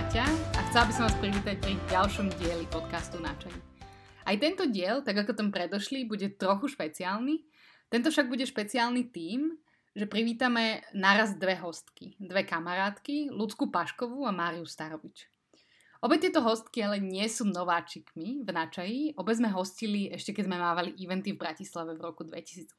Máťa a chcela by som vás privítať pri ďalšom dieli podcastu Načaň. Aj tento diel, tak ako ten predošlý, bude trochu špeciálny. Tento však bude špeciálny tým, že privítame naraz dve hostky, dve kamarátky, Ľudsku Paškovú a Máriu Starovič. Obe tieto hostky ale nie sú nováčikmi v Načaji, obe sme hostili ešte keď sme mávali eventy v Bratislave v roku 2018.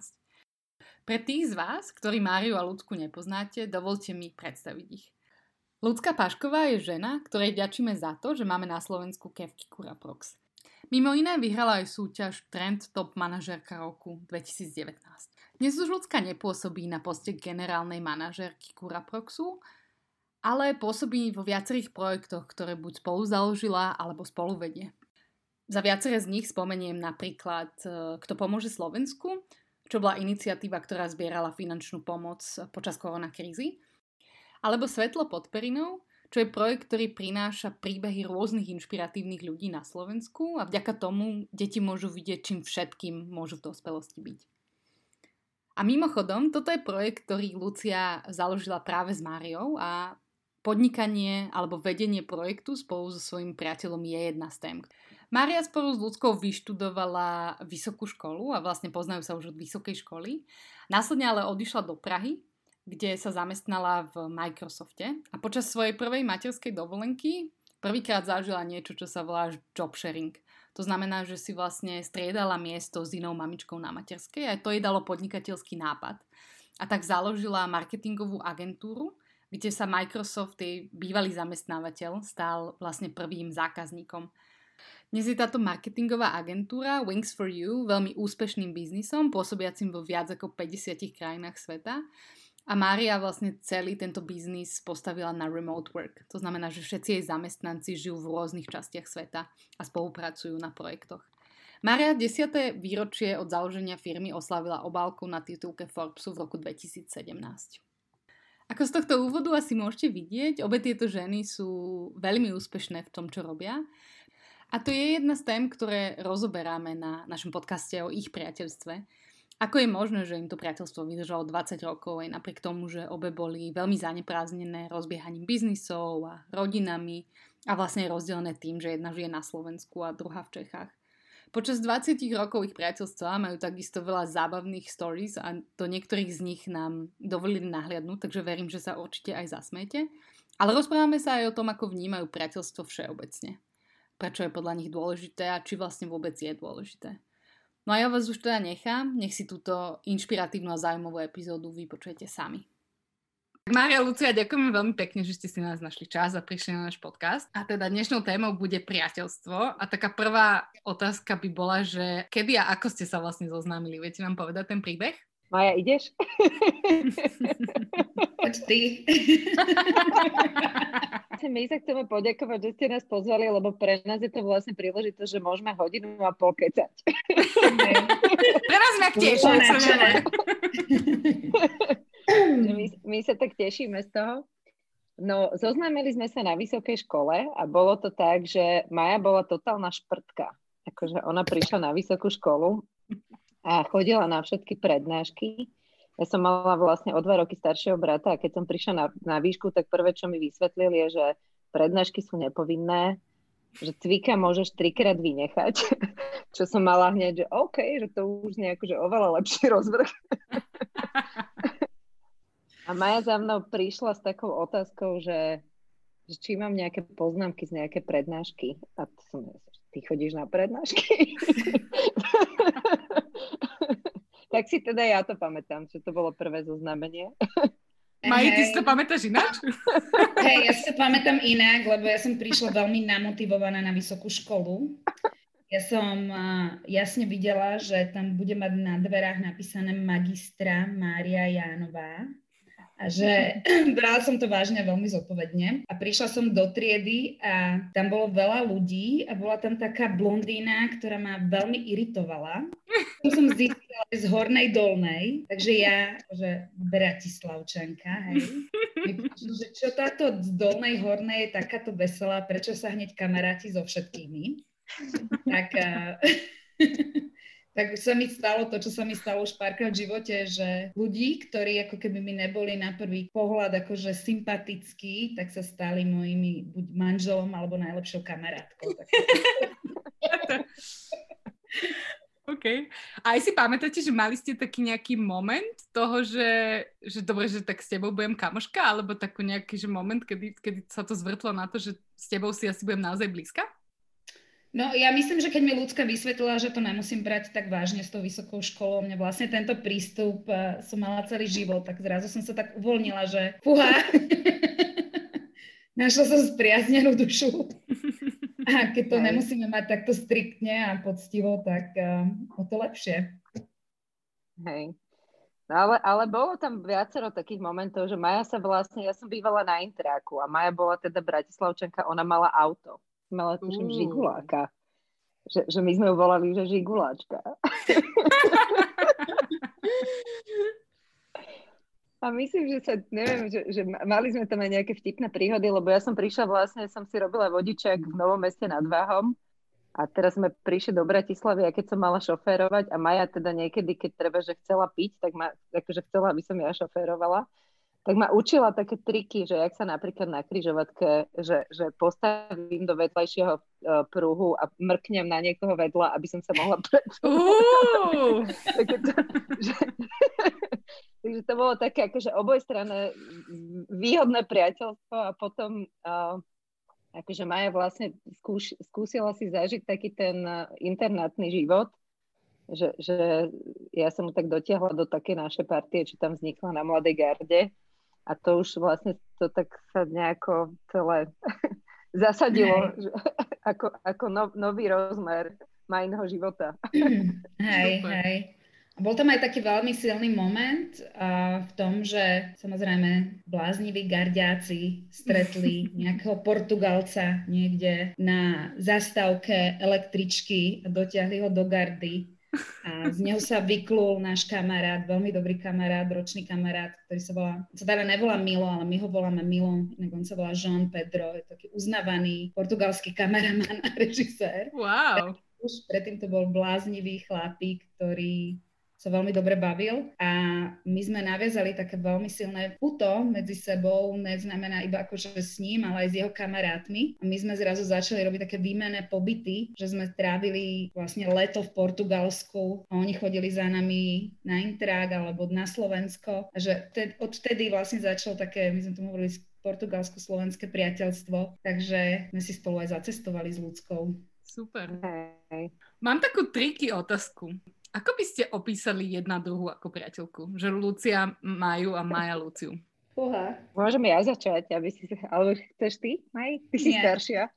Pre tých z vás, ktorí Máriu a Ľudsku nepoznáte, dovolte mi predstaviť ich. Ľudská Pašková je žena, ktorej vďačíme za to, že máme na Slovensku Kevky Curaprox. Mimo iné vyhrala aj súťaž Trend Top manažérka roku 2019. Dnes už Ľudská nepôsobí na poste generálnej manažérky Curaproxu, ale pôsobí vo viacerých projektoch, ktoré buď spolu založila, alebo spolu vedie. Za viaceré z nich spomeniem napríklad Kto pomôže Slovensku, čo bola iniciatíva, ktorá zbierala finančnú pomoc počas koronakrízy, alebo Svetlo pod perinou, čo je projekt, ktorý prináša príbehy rôznych inšpiratívnych ľudí na Slovensku a vďaka tomu deti môžu vidieť, čím všetkým môžu v dospelosti byť. A mimochodom, toto je projekt, ktorý Lucia založila práve s Máriou a podnikanie alebo vedenie projektu spolu so svojím priateľom je jedna z tém. Mária spolu s Ľudskou vyštudovala vysokú školu a vlastne poznajú sa už od vysokej školy. Následne ale odišla do Prahy, kde sa zamestnala v Microsofte a počas svojej prvej materskej dovolenky prvýkrát zažila niečo, čo sa volá job sharing. To znamená, že si vlastne striedala miesto s inou mamičkou na materskej a to jej dalo podnikateľský nápad. A tak založila marketingovú agentúru, kde sa Microsoft, jej bývalý zamestnávateľ, stal vlastne prvým zákazníkom. Dnes je táto marketingová agentúra Wings for You veľmi úspešným biznisom, pôsobiacim vo viac ako 50 krajinách sveta. A Mária vlastne celý tento biznis postavila na remote work. To znamená, že všetci jej zamestnanci žijú v rôznych častiach sveta a spolupracujú na projektoch. Mária 10. výročie od založenia firmy oslavila obálkou na titulke Forbesu v roku 2017. Ako z tohto úvodu asi môžete vidieť, obe tieto ženy sú veľmi úspešné v tom, čo robia. A to je jedna z tém, ktoré rozoberáme na našom podcaste o ich priateľstve. Ako je možné, že im to priateľstvo vydržalo 20 rokov aj napriek tomu, že obe boli veľmi zaneprázdnené rozbiehaním biznisov a rodinami a vlastne rozdelené tým, že jedna žije na Slovensku a druhá v Čechách. Počas 20 rokov ich priateľstva majú takisto veľa zábavných stories a do niektorých z nich nám dovolili nahliadnúť, takže verím, že sa určite aj zasmiete. Ale rozprávame sa aj o tom, ako vnímajú priateľstvo všeobecne. Prečo je podľa nich dôležité a či vlastne vôbec je dôležité. No a ja vás už teda nechám, nech si túto inšpiratívnu a zaujímavú epizódu vypočujete sami. Mária, Lucia, ďakujeme veľmi pekne, že ste si na nás našli čas a prišli na náš podcast. A teda dnešnou témou bude priateľstvo. A taká prvá otázka by bola, že kedy a ako ste sa vlastne zoznámili? Viete nám povedať ten príbeh? Maja, ideš? Poď ty. My sa chceme poďakovať, že ste nás pozvali, lebo pre nás je to vlastne príležitosť, že môžeme hodinu a pol kecať. Pre nás tak tiež. My sa tak tešíme z toho. No, zoznámili sme sa na vysokej škole a bolo to tak, že Maja bola totálna šprtka. Akože ona prišla na vysokú školu a chodila na všetky prednášky. Ja som mala vlastne o 2 roky staršieho brata a keď som prišla na výšku, tak prvé, čo mi vysvetlili, je, že prednášky sú nepovinné, že cvika môžeš 3-krát vynechať, čo som mala hneď, že OK, že to už nejako, že oveľa lepší rozvrh. A Maja za mnou prišla s takou otázkou, že či mám nejaké poznámky z nejaké prednášky. A to som, ty chodíš na prednášky? Tak si teda ja to pamätám, že to bolo prvé zoznámenie. Maji, ty si to pamätáš ináč? Hej, ja si to pamätám inak, lebo ja som prišla veľmi namotivovaná na vysokú školu. Ja som jasne videla, že tam bude mať na dverách napísané magistra Mária Jánová. A že brala som to vážne a veľmi zodpovedne. A prišla som do triedy a tam bolo veľa ľudí a bola tam taká blondína, ktorá ma veľmi iritovala. Som zistila z Hornej Dolnej, takže ja, že Bratislavčanka, hej. Že čo táto z Dolnej Hornej je takáto veselá, prečo sa hneď kamaráti so všetkými? Tak Tak sa mi stalo to, čo sa mi stalo už párkrát v živote, že ľudí, ktorí ako keby mi neboli na prvý pohľad akože sympatickí, tak sa stali mojimi buď manželom alebo najlepšou kamarátkou. OK. A aj si pamätáte, že mali ste taký nejaký moment toho, že dobre, že tak s tebou budem kamoška, alebo taký nejaký že moment, kedy sa to zvrtlo na to, že s tebou si asi budem naozaj blízka? No ja myslím, že keď mi Ľudská vysvetlila, že to nemusím brať tak vážne s tou vysokou školou, mne vlastne tento prístup som mala celý život, tak zrazu som sa tak uvoľnila, že fúha, našla som spriaznenú dušu. A keď to nemusíme mať takto striktne a poctivo, tak o to lepšie. Hej. No ale bolo tam viacero takých momentov, že Maja sa vlastne, ja som bývala na Intráku a Maja bola teda Bratislavčanka, ona mala auto. Mala tuším Žiguláka. Že my sme ju volali, že Žiguláčka. A myslím, že sa, neviem, že mali sme tam aj nejaké vtipné príhody, lebo ja som prišla vlastne, som si robila vodičák v Novom Meste nad Váhom a teraz sme prišli do Bratislavy a keď som mala šoférovať a Maja teda niekedy, keď treba, že chcela piť, tak ma, akože chcela, aby som ja šoférovala, tak ma učila také triky, že jak sa napríklad na križovatke, že postavím do vedľajšieho pruhu a mrknem na niekoho vedľa, aby som sa mohla Takže to bolo také akože obojstranné výhodné priateľstvo a potom akože Maja vlastne skúsila si zažiť taký ten internátny život, že ja som mu tak dotiahla do také našej partie, čo tam vznikla na Mladej Garde. A to už vlastne to tak sa nejako celé zasadilo, že, ako nový rozmer Majinho života. Hej. Bol tam aj taký veľmi silný moment v tom, že samozrejme blázniví gardiáci stretli nejakého Portugalca niekde na zastávke električky a dotiahli ho do gardy. A z neho sa vyklul náš kamarát, veľmi dobrý kamarát, ročný kamarát, ktorý sa teda nevolá Milo, ale my ho voláme Milo, inak on sa volá João Pedro, je taký uznávaný portugalský kameraman a režisér. Wow. Už predtým to bol bláznivý chlapík, ktorý sa veľmi dobre bavil a my sme naviazali také veľmi silné puto medzi sebou, neznamená iba akože s ním, ale aj s jeho kamarátmi. A my sme zrazu začali robiť také výmenné pobyty, že sme trávili vlastne leto v Portugalsku a oni chodili za nami na Intrák alebo na Slovensko. A že odtedy vlastne začalo také, my sme tomu hovorili portugalsko-slovenské priateľstvo, takže sme si spolu aj zacestovali s Ľudskou. Super. Hej. Mám takú triky otázku. Ako by ste opísali jedna druhú ako priateľku? Že Lucia Maju a Maja Luciu. Fúha. Môžem ja začať, alebo chceš ty, Maj? Ty si staršia.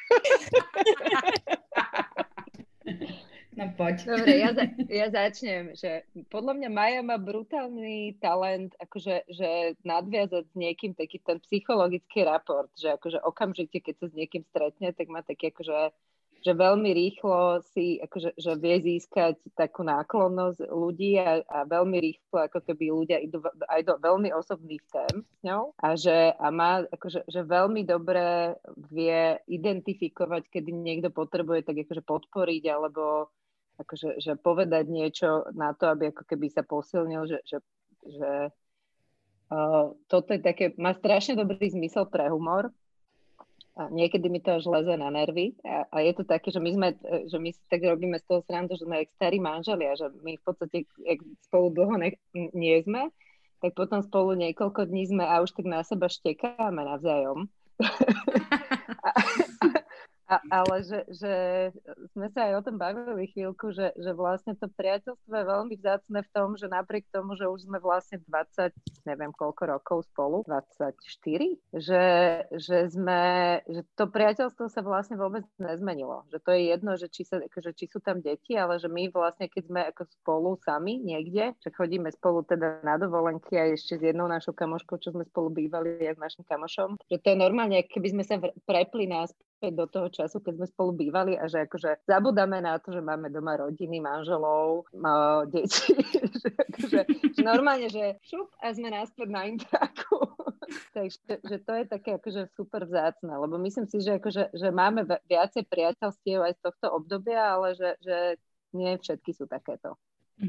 No poď. Dobre, ja začnem, že podľa mňa Maja má brutálny talent, akože že nadviazať s niekým taký ten psychologický raport, že akože okamžite, keď sa s niekým stretne, tak má taký akože že veľmi rýchlo si akože, že vie získať takú náklonnosť ľudí a veľmi rýchlo ako keby ľudia idú aj do veľmi osobných tém s ňou a má akože, že veľmi dobre vie identifikovať, kedy niekto potrebuje tak akože podporiť alebo akože, že povedať niečo na to, aby ako keby sa posilnil, že toto je také, má strašne dobrý zmysel pre humor. A niekedy mi to až leze na nervy a je to také, že my si tak robíme z toho srandu, že sme jak starí manželia, že my v podstate spolu dlho nie sme, tak potom spolu niekoľko dní sme a už tak na seba štekáme navzájom. Ale že sme sa aj o tom bavili chvíľku, že vlastne to priateľstvo je veľmi vzácne v tom, že napriek tomu, že už sme vlastne 20, neviem koľko rokov spolu, 24, že to priateľstvo sa vlastne vôbec nezmenilo. Že to je jedno, že či sú tam deti, ale že my vlastne, keď sme ako spolu sami niekde, že chodíme spolu teda na dovolenky a ešte s jednou našou kamoškou, čo sme spolu bývali aj s našim kamošom, že to je normálne, keby sme sa prepli naspäť do toho času, keď sme spolu bývali a že akože zabudáme na to, že máme doma rodiny, manželov, deti. že normálne, že šup a sme naspäť na Intráku. Takže že to je také akože super vzácne, lebo myslím si, že, akože, že máme viacej priateľstiev aj z tohto obdobia, ale že Nie všetky sú takéto.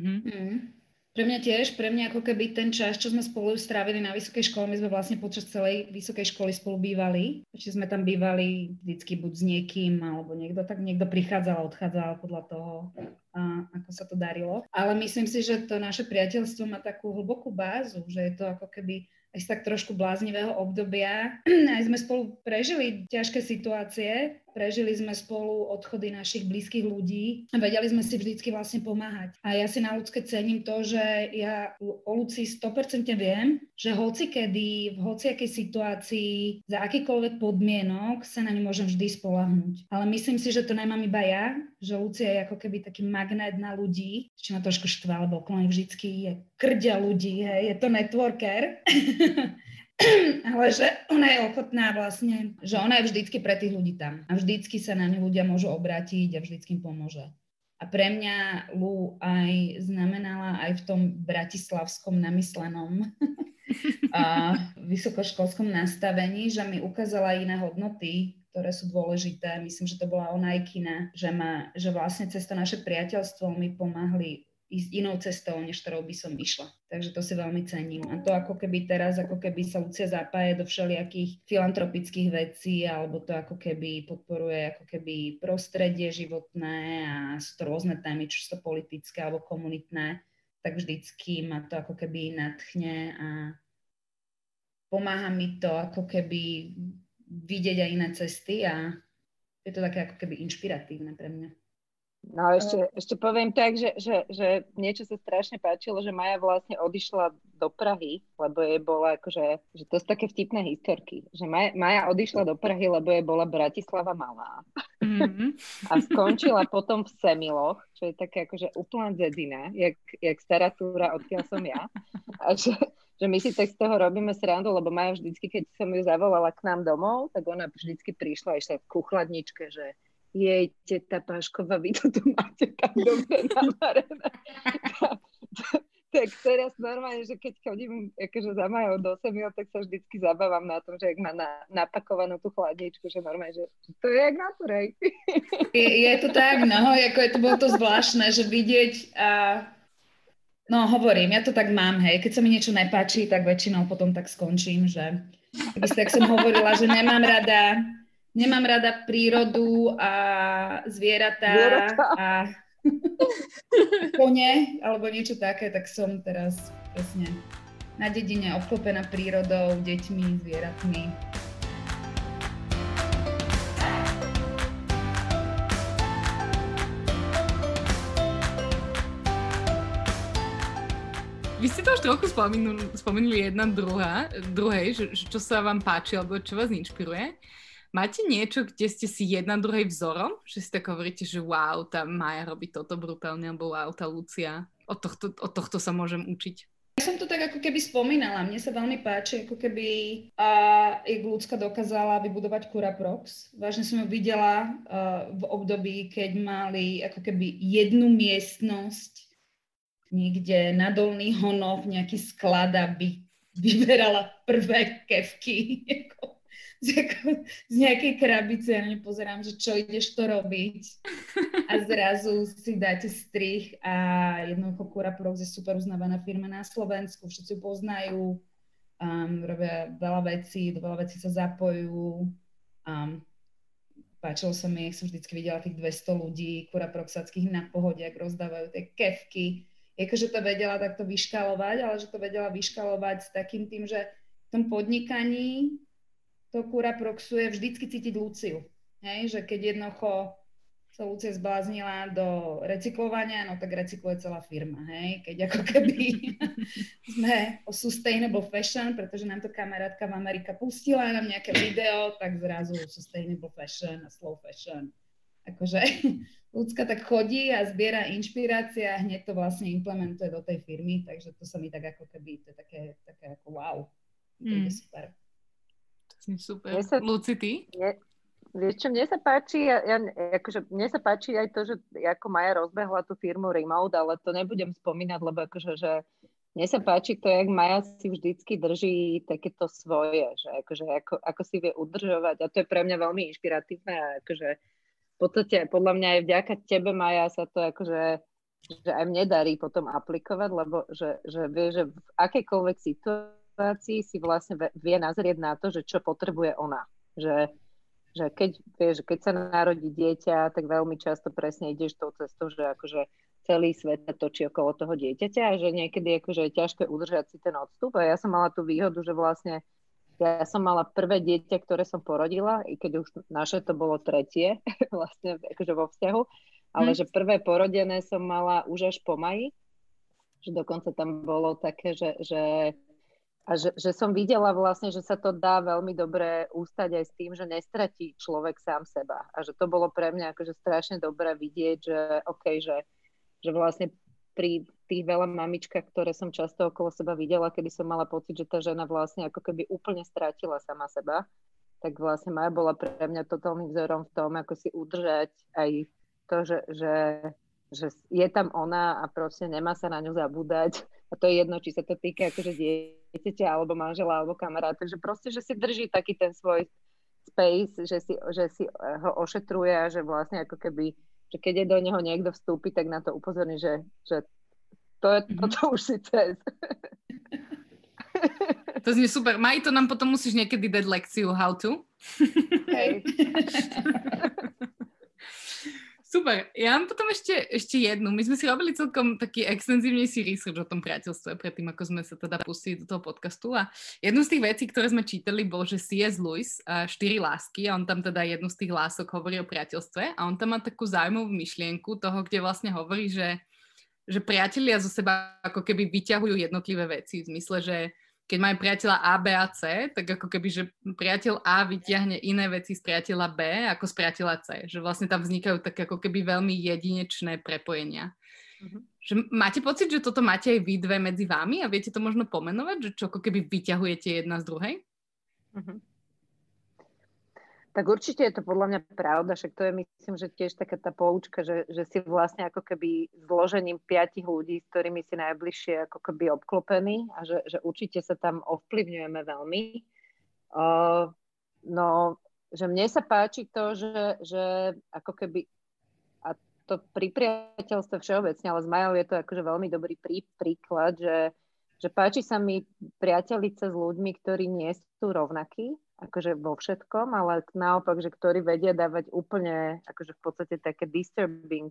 Pre mňa ako keby ten čas, čo sme spolu strávili na vysokej škole, my sme vlastne počas celej vysokej školy spolu bývali. Čiže sme tam bývali vždycky buď s niekým, alebo niekto prichádzal a odchádzal podľa toho, ako sa to darilo. Ale myslím si, že to naše priateľstvo má takú hlbokú bázu, že je to ako keby aj z tak trošku bláznivého obdobia. Aj sme spolu prežili ťažké situácie, prežili sme spolu odchody našich blízkych ľudí a vedeli sme si vždycky vlastne pomáhať. A ja si na Ľudsке cením to, že ja o Lucii 100% viem, že hocikedy, v hociakej situácii, za akýkoľvek podmienok sa na ňu môžem vždy spoľahnúť. Ale myslím si, že to nemám iba ja, že Lucia je ako keby taký magnet na ľudí, ešte ma trošku štval, lebo okolo vždycky je krďa ľudí, hej, je to networker. Ale že ona je ochotná vlastne, že ona je vždycky pre tých ľudí tam a vždycky sa na ňu ľudia môžu obrátiť a vždycky im pomôže. A pre mňa Lu aj znamenala aj v tom bratislavskom namyslenom vysokoškolskom nastavení, že mi ukázala iné hodnoty, ktoré sú dôležité. Myslím, že to bola ona aj kina, že vlastne cez to naše priateľstvo mi pomáhli ísť inou cestou, než ktorou by som išla. Takže to si veľmi cením. A to ako keby teraz, ako keby sa Lucia zapája do všelijakých filantropických vecí, alebo to ako keby podporuje ako keby prostredie životné a sú to rôzne témy, či sú to politické alebo komunitné, tak vždycky ma to ako keby nadchne a pomáha mi to ako keby vidieť aj iné cesty a je to také ako keby inšpiratívne pre mňa. No ešte poviem tak, že niečo sa strašne páčilo, že Maja vlastne odišla do Prahy, lebo jej bola akože, že to sú také vtipné historky, že Maja odišla do Prahy, lebo jej bola Bratislava malá. A skončila potom v Semiloch, čo je také akože úplná dedina, jak stará túra, odkiaľ som ja. A že my si tak z toho robíme srandu, lebo Maja vždycky, keď som ju zavolala k nám domov, tak ona vždycky prišla a išla ku chladničke, že jej, teta Pášková, vy to tu máte tak dobre navarené. Tak teraz normálne, že keď chodím akože za Majou do Semil, tak sa vždycky zabávam na tom, že jak má napakovanú tú chladničku, že normálne, že to je jak na Turej. Je to tak, no, ako je to bolo to zvláštne, že vidieť a no hovorím, ja to tak mám, hej, keď sa mi niečo nepáči, tak väčšinou potom tak skončím, že tak som hovorila, že nemám rada prírodu a zvieratá a kone alebo niečo také, tak som teraz presne na dedine obklopená prírodou, deťmi, zvieratmi. Vy ste to už trochu spomenuli jedna druhej, že čo sa vám páči alebo čo vás inšpiruje. Máte niečo, kde ste si jedna druhej vzorom? Že si tak hovoríte, že wow, tá Maja robí toto brutálne, alebo wow, tá Lucia. Od tohto sa môžem učiť. Ja som to tak ako keby spomínala. Mne sa veľmi páči, ako keby jak ľudská dokázala vybudovať Curaprox. Vážne som ju videla v období, keď mali ako keby jednu miestnosť niekde na Dolných Honoch, nejaký sklad, aby vyberala prvé kefky. Z nejakej krabice, ja nepozerám, že čo ideš to robiť a zrazu si dáte strih a jednoducho Curaprox je super uznávaná firma na Slovensku, všetci ju poznajú, robia veľa vecí, do veľa vecí sa zapojujú. Páčilo sa mi, jak som vždycky videla tých 200 ľudí Curaproxackých na Pohode, ak rozdávajú tie kefky. Jakože to vedela takto vyškalovať, ale že to vedela vyškalovať s takým tým, že v tom podnikaní to Curaproxu je vždycky cítiť Luciu. Hej? Že keď jednoducho sa Lucia zbláznila do recyklovania, no tak recykluje celá firma. Hej? Keď ako keby sme o sustainable fashion, pretože nám to kamarátka v Amerike pustila nám nejaké video, tak zrazu sustainable fashion a slow fashion. Akože ľudská tak chodí a zbiera inšpirácia a hneď to vlastne implementuje do tej firmy, takže to sa mi tak ako keby, to je také ako wow. To je super. Super. Luci, ty? Vieš čo, mne sa páči, mne sa páči aj to, že ako Maja rozbehla tú firmu Remote, ale to nebudem spomínať, lebo akože, že mne sa páči to, jak Maja si vždycky drží takéto svoje, že akože ako si vie udržovať a to je pre mňa veľmi inšpiratívne a akože v podstate podľa mňa aj vďaka tebe, Maja, sa to akože že aj mne darí potom aplikovať, lebo že vie, že v akejkoľvek situácii si vlastne vie nazrieť na to, že čo potrebuje ona. Že keď sa narodí dieťa, tak veľmi často presne ideš tou cestou, že akože celý svet sa točí okolo toho dieťaťa a že niekedy akože je ťažké udržať si ten odstup. A ja som mala tú výhodu, že vlastne ja som mala prvé dieťa, ktoré som porodila, i keď už naše to bolo tretie, vlastne akože vo vzťahu, ale že prvé porodené som mala už až po maji, že dokonca tam bolo také, že som videla vlastne, že sa to dá veľmi dobre ústať aj s tým, že nestratí človek sám seba. A že to bolo pre mňa akože strašne dobré vidieť, že okej, že vlastne pri tých veľa mamičkách, ktoré som často okolo seba videla, kedy som mala pocit, že tá žena vlastne ako keby úplne strátila sama seba, tak vlastne Maja bola pre mňa totálnym vzorom v tom, ako si udržať aj to, že je tam ona a proste nemá sa na ňu zabúdať. A to je jedno, či sa to týka akože dieťaťa, alebo manžela, alebo kamaráta. Že proste, že si drží taký ten svoj space, že si ho ošetruje a že vlastne ako keby, že keď je do neho niekto vstúpi, tak na to upozorní, že toto už si cez. To znie super. Maj, to nám potom musíš niekedy dať lekciu how to. Hej. Super. Ja mám potom ešte jednu. My sme si robili celkom taký extenzívnejší research o tom priateľstve predtým, ako sme sa teda pustili do toho podcastu. A jednu z tých vecí, ktoré sme čítali, bol, že C.S. Lewis, 4 lásky, a on tam teda jednu z tých lások hovorí o priateľstve a on tam má takú zaujímavú myšlienku toho, kde vlastne hovorí, že priatelia zo seba ako keby vyťahujú jednotlivé veci. V zmysle, že keď majú priateľa A, B a C, tak ako keby, že priateľ A vyťahne iné veci z priateľa B ako z priateľa C. Že vlastne tam vznikajú také ako keby veľmi jedinečné prepojenia. Že máte pocit, že toto máte aj vy dve medzi vami a viete to možno pomenovať, že čo ako keby vyťahujete jedna z druhej? Tak určite je to podľa mňa pravda, však to je myslím, že tiež taká tá poučka, že si vlastne ako keby zložením 5 ľudí, s ktorými si najbližšie ako keby obklopení a že určite sa tam ovplyvňujeme veľmi. No, že mne sa páči to, že ako keby, a to pri priateľstve všeobecne, ale s Majou je to akože veľmi dobrý príklad, že páči sa mi priateliť sa s ľuďmi, ktorí nie sú rovnakí, akože vo všetkom, ale naopak, že ktorí vedia dávať úplne, akože v podstate také disturbing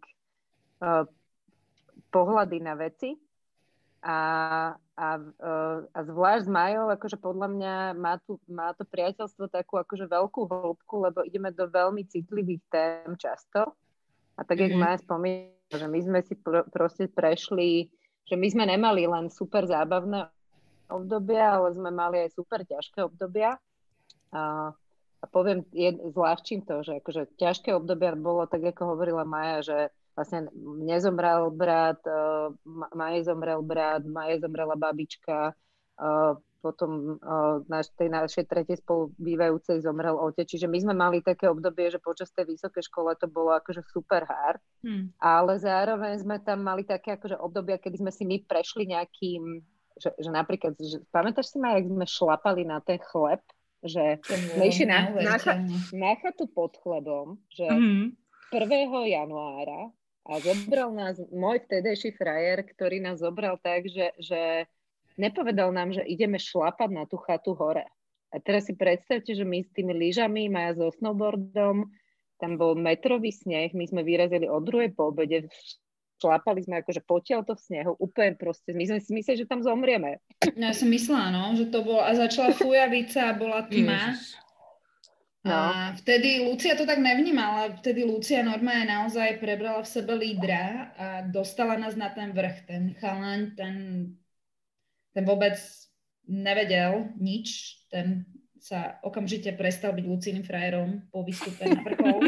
pohľady na veci. A zvlášť s Majou, akože podľa mňa má to priateľstvo takú akože veľkú hĺbku, lebo ideme do veľmi citlivých tém často. A tak, jak Maja spomínala, že my sme si proste prešli, že my sme nemali len super zábavné obdobia, ale sme mali aj super ťažké obdobia. A poviem, zľahčím to, že akože ťažké obdobie bolo tak, ako hovorila Maja, že vlastne mne zomrel brat, Maje zomrel brat, Maje zomrela babička, potom tej našej tretej spolubývajúcej zomrel otec. Čiže my sme mali také obdobie, že počas tej vysokej škole to bolo akože super hard, ale zároveň sme tam mali také akože obdobia, kedy sme si my prešli nejakým, že napríklad, pamätáš si, Maja, jak sme šlapali na ten chleb, že sme išli na chatu pod chlebom, že 1. januára a zobral nás môj vtedejší frajer, ktorý nás zobral tak, že nepovedal nám, že ideme šlapať na tú chatu hore. A teraz si predstavte, že my s tými lyžami, Maja so snowboardom, tam bol metrový sneh, my sme vyrazili o 2:00 po obede, šlápali sme akože potiaľ to v snehu, úplne proste, my sme si mysleli, že tam zomrieme. No ja som myslela, no, že to bolo, a začala fujavica, bola tma. No. A vtedy Lucia to tak nevnímala, vtedy Lucia normálne naozaj prebrala v sebe lídra a dostala nás na ten vrch. Ten chalaň, ten vôbec nevedel nič, ten sa okamžite prestal byť Lucínnym frajerom po výstupe na vrchol.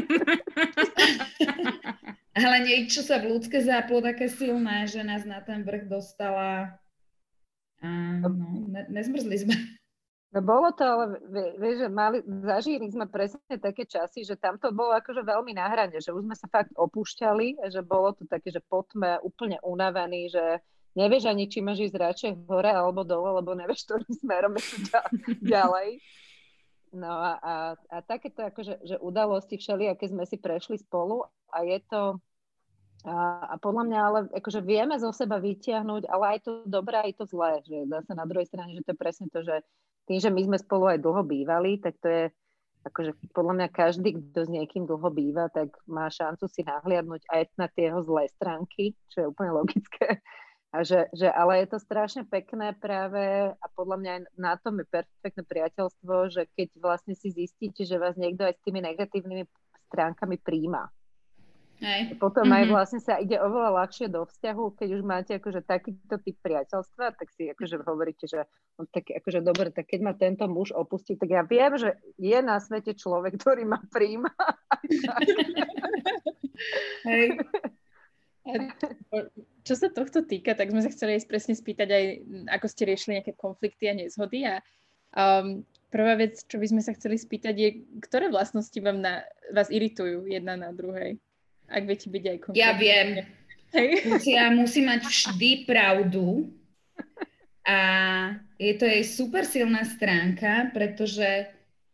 Ale niečo sa v ľudské záplo také silné, že nás na ten vrch dostala a nezmrzli sme. No bolo to, ale vieš, že zažili sme presne také časy, že tam to bolo akože veľmi na hrane, že už sme sa fakt opúšťali, že bolo to také, že po tme úplne unavený, že nevieš ani, či máš ísť radšej hore alebo dole, lebo nevieš, ktorým smerom ešte ďalej. No a takéto akože, že udalosti všelijaké sme si prešli spolu a je to a podľa mňa ale akože vieme zo seba vytiahnuť, ale aj to dobré, aj to zlé, že zase na druhej strane, že to je presne to, že tým, že my sme spolu aj dlho bývali, tak to je akože podľa mňa každý, kto s niekým dlho býva, tak má šancu si nahliadnúť aj na tie jeho zlé stránky, čo je úplne logické. A že ale je to strašne pekné práve a podľa mňa aj na tom je perfektné priateľstvo, že keď vlastne si zistíte, že vás niekto aj s tými negatívnymi stránkami príjma. Potom aj vlastne sa ide oveľa ľahšie do vzťahu, keď už máte akože takýto typ priateľstva, tak si akože hovoríte, že tak akože dobre, tak keď ma tento muž opustí, tak ja viem, že je na svete človek, ktorý ma príjma. Hej. Čo sa tohto týka, tak sme sa chceli presne spýtať aj, ako ste riešili nejaké konflikty a nezhody. A prvá vec, čo by sme sa chceli spýtať, je, ktoré vlastnosti vás iritujú jedna na druhej? Ak viete byť aj konfliktné. Ja viem. Lucia musí mať vždy pravdu a je to jej super silná stránka, pretože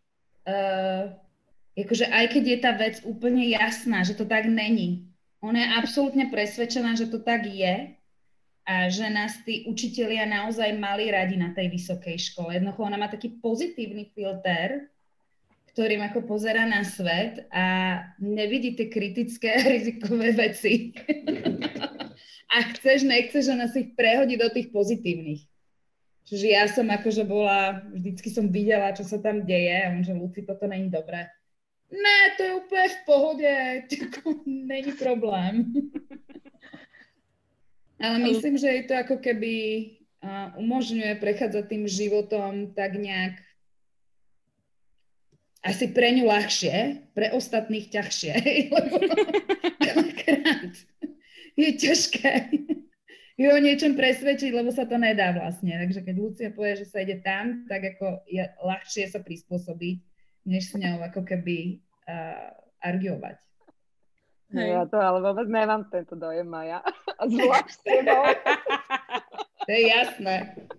akože aj keď je tá vec úplne jasná, že to tak není, ona je absolútne presvedčená, že to tak je a že nás tí učitelia naozaj mali radi na tej vysokej škole. Jednoducho ona má taký pozitívny filter, ktorým ako pozerá na svet a nevidí tie kritické a rizikové veci. A chceš, nechceš, že nás ich prehodí do tých pozitívnych. Čiže ja som akože bola, vždycky som videla, čo sa tam deje a on, že Luci, toto není dobré. Ne, to je úplne v pohode, není problém. Ale myslím, že je to ako keby umožňuje prechádzať tým životom tak nejak asi pre ňu ľahšie, pre ostatných ťažšie. Lebo veľakrát je ťažké ju o niečom presvedčiť, lebo sa to nedá vlastne. Takže keď Lucia povie, že sa ide tam, tak ako je ľahšie sa prispôsobiť, než s ňou ako keby argiovať. Ja to ale vôbec nemám tento dojem, Maja. A zvlášť s tebou. To je jasné.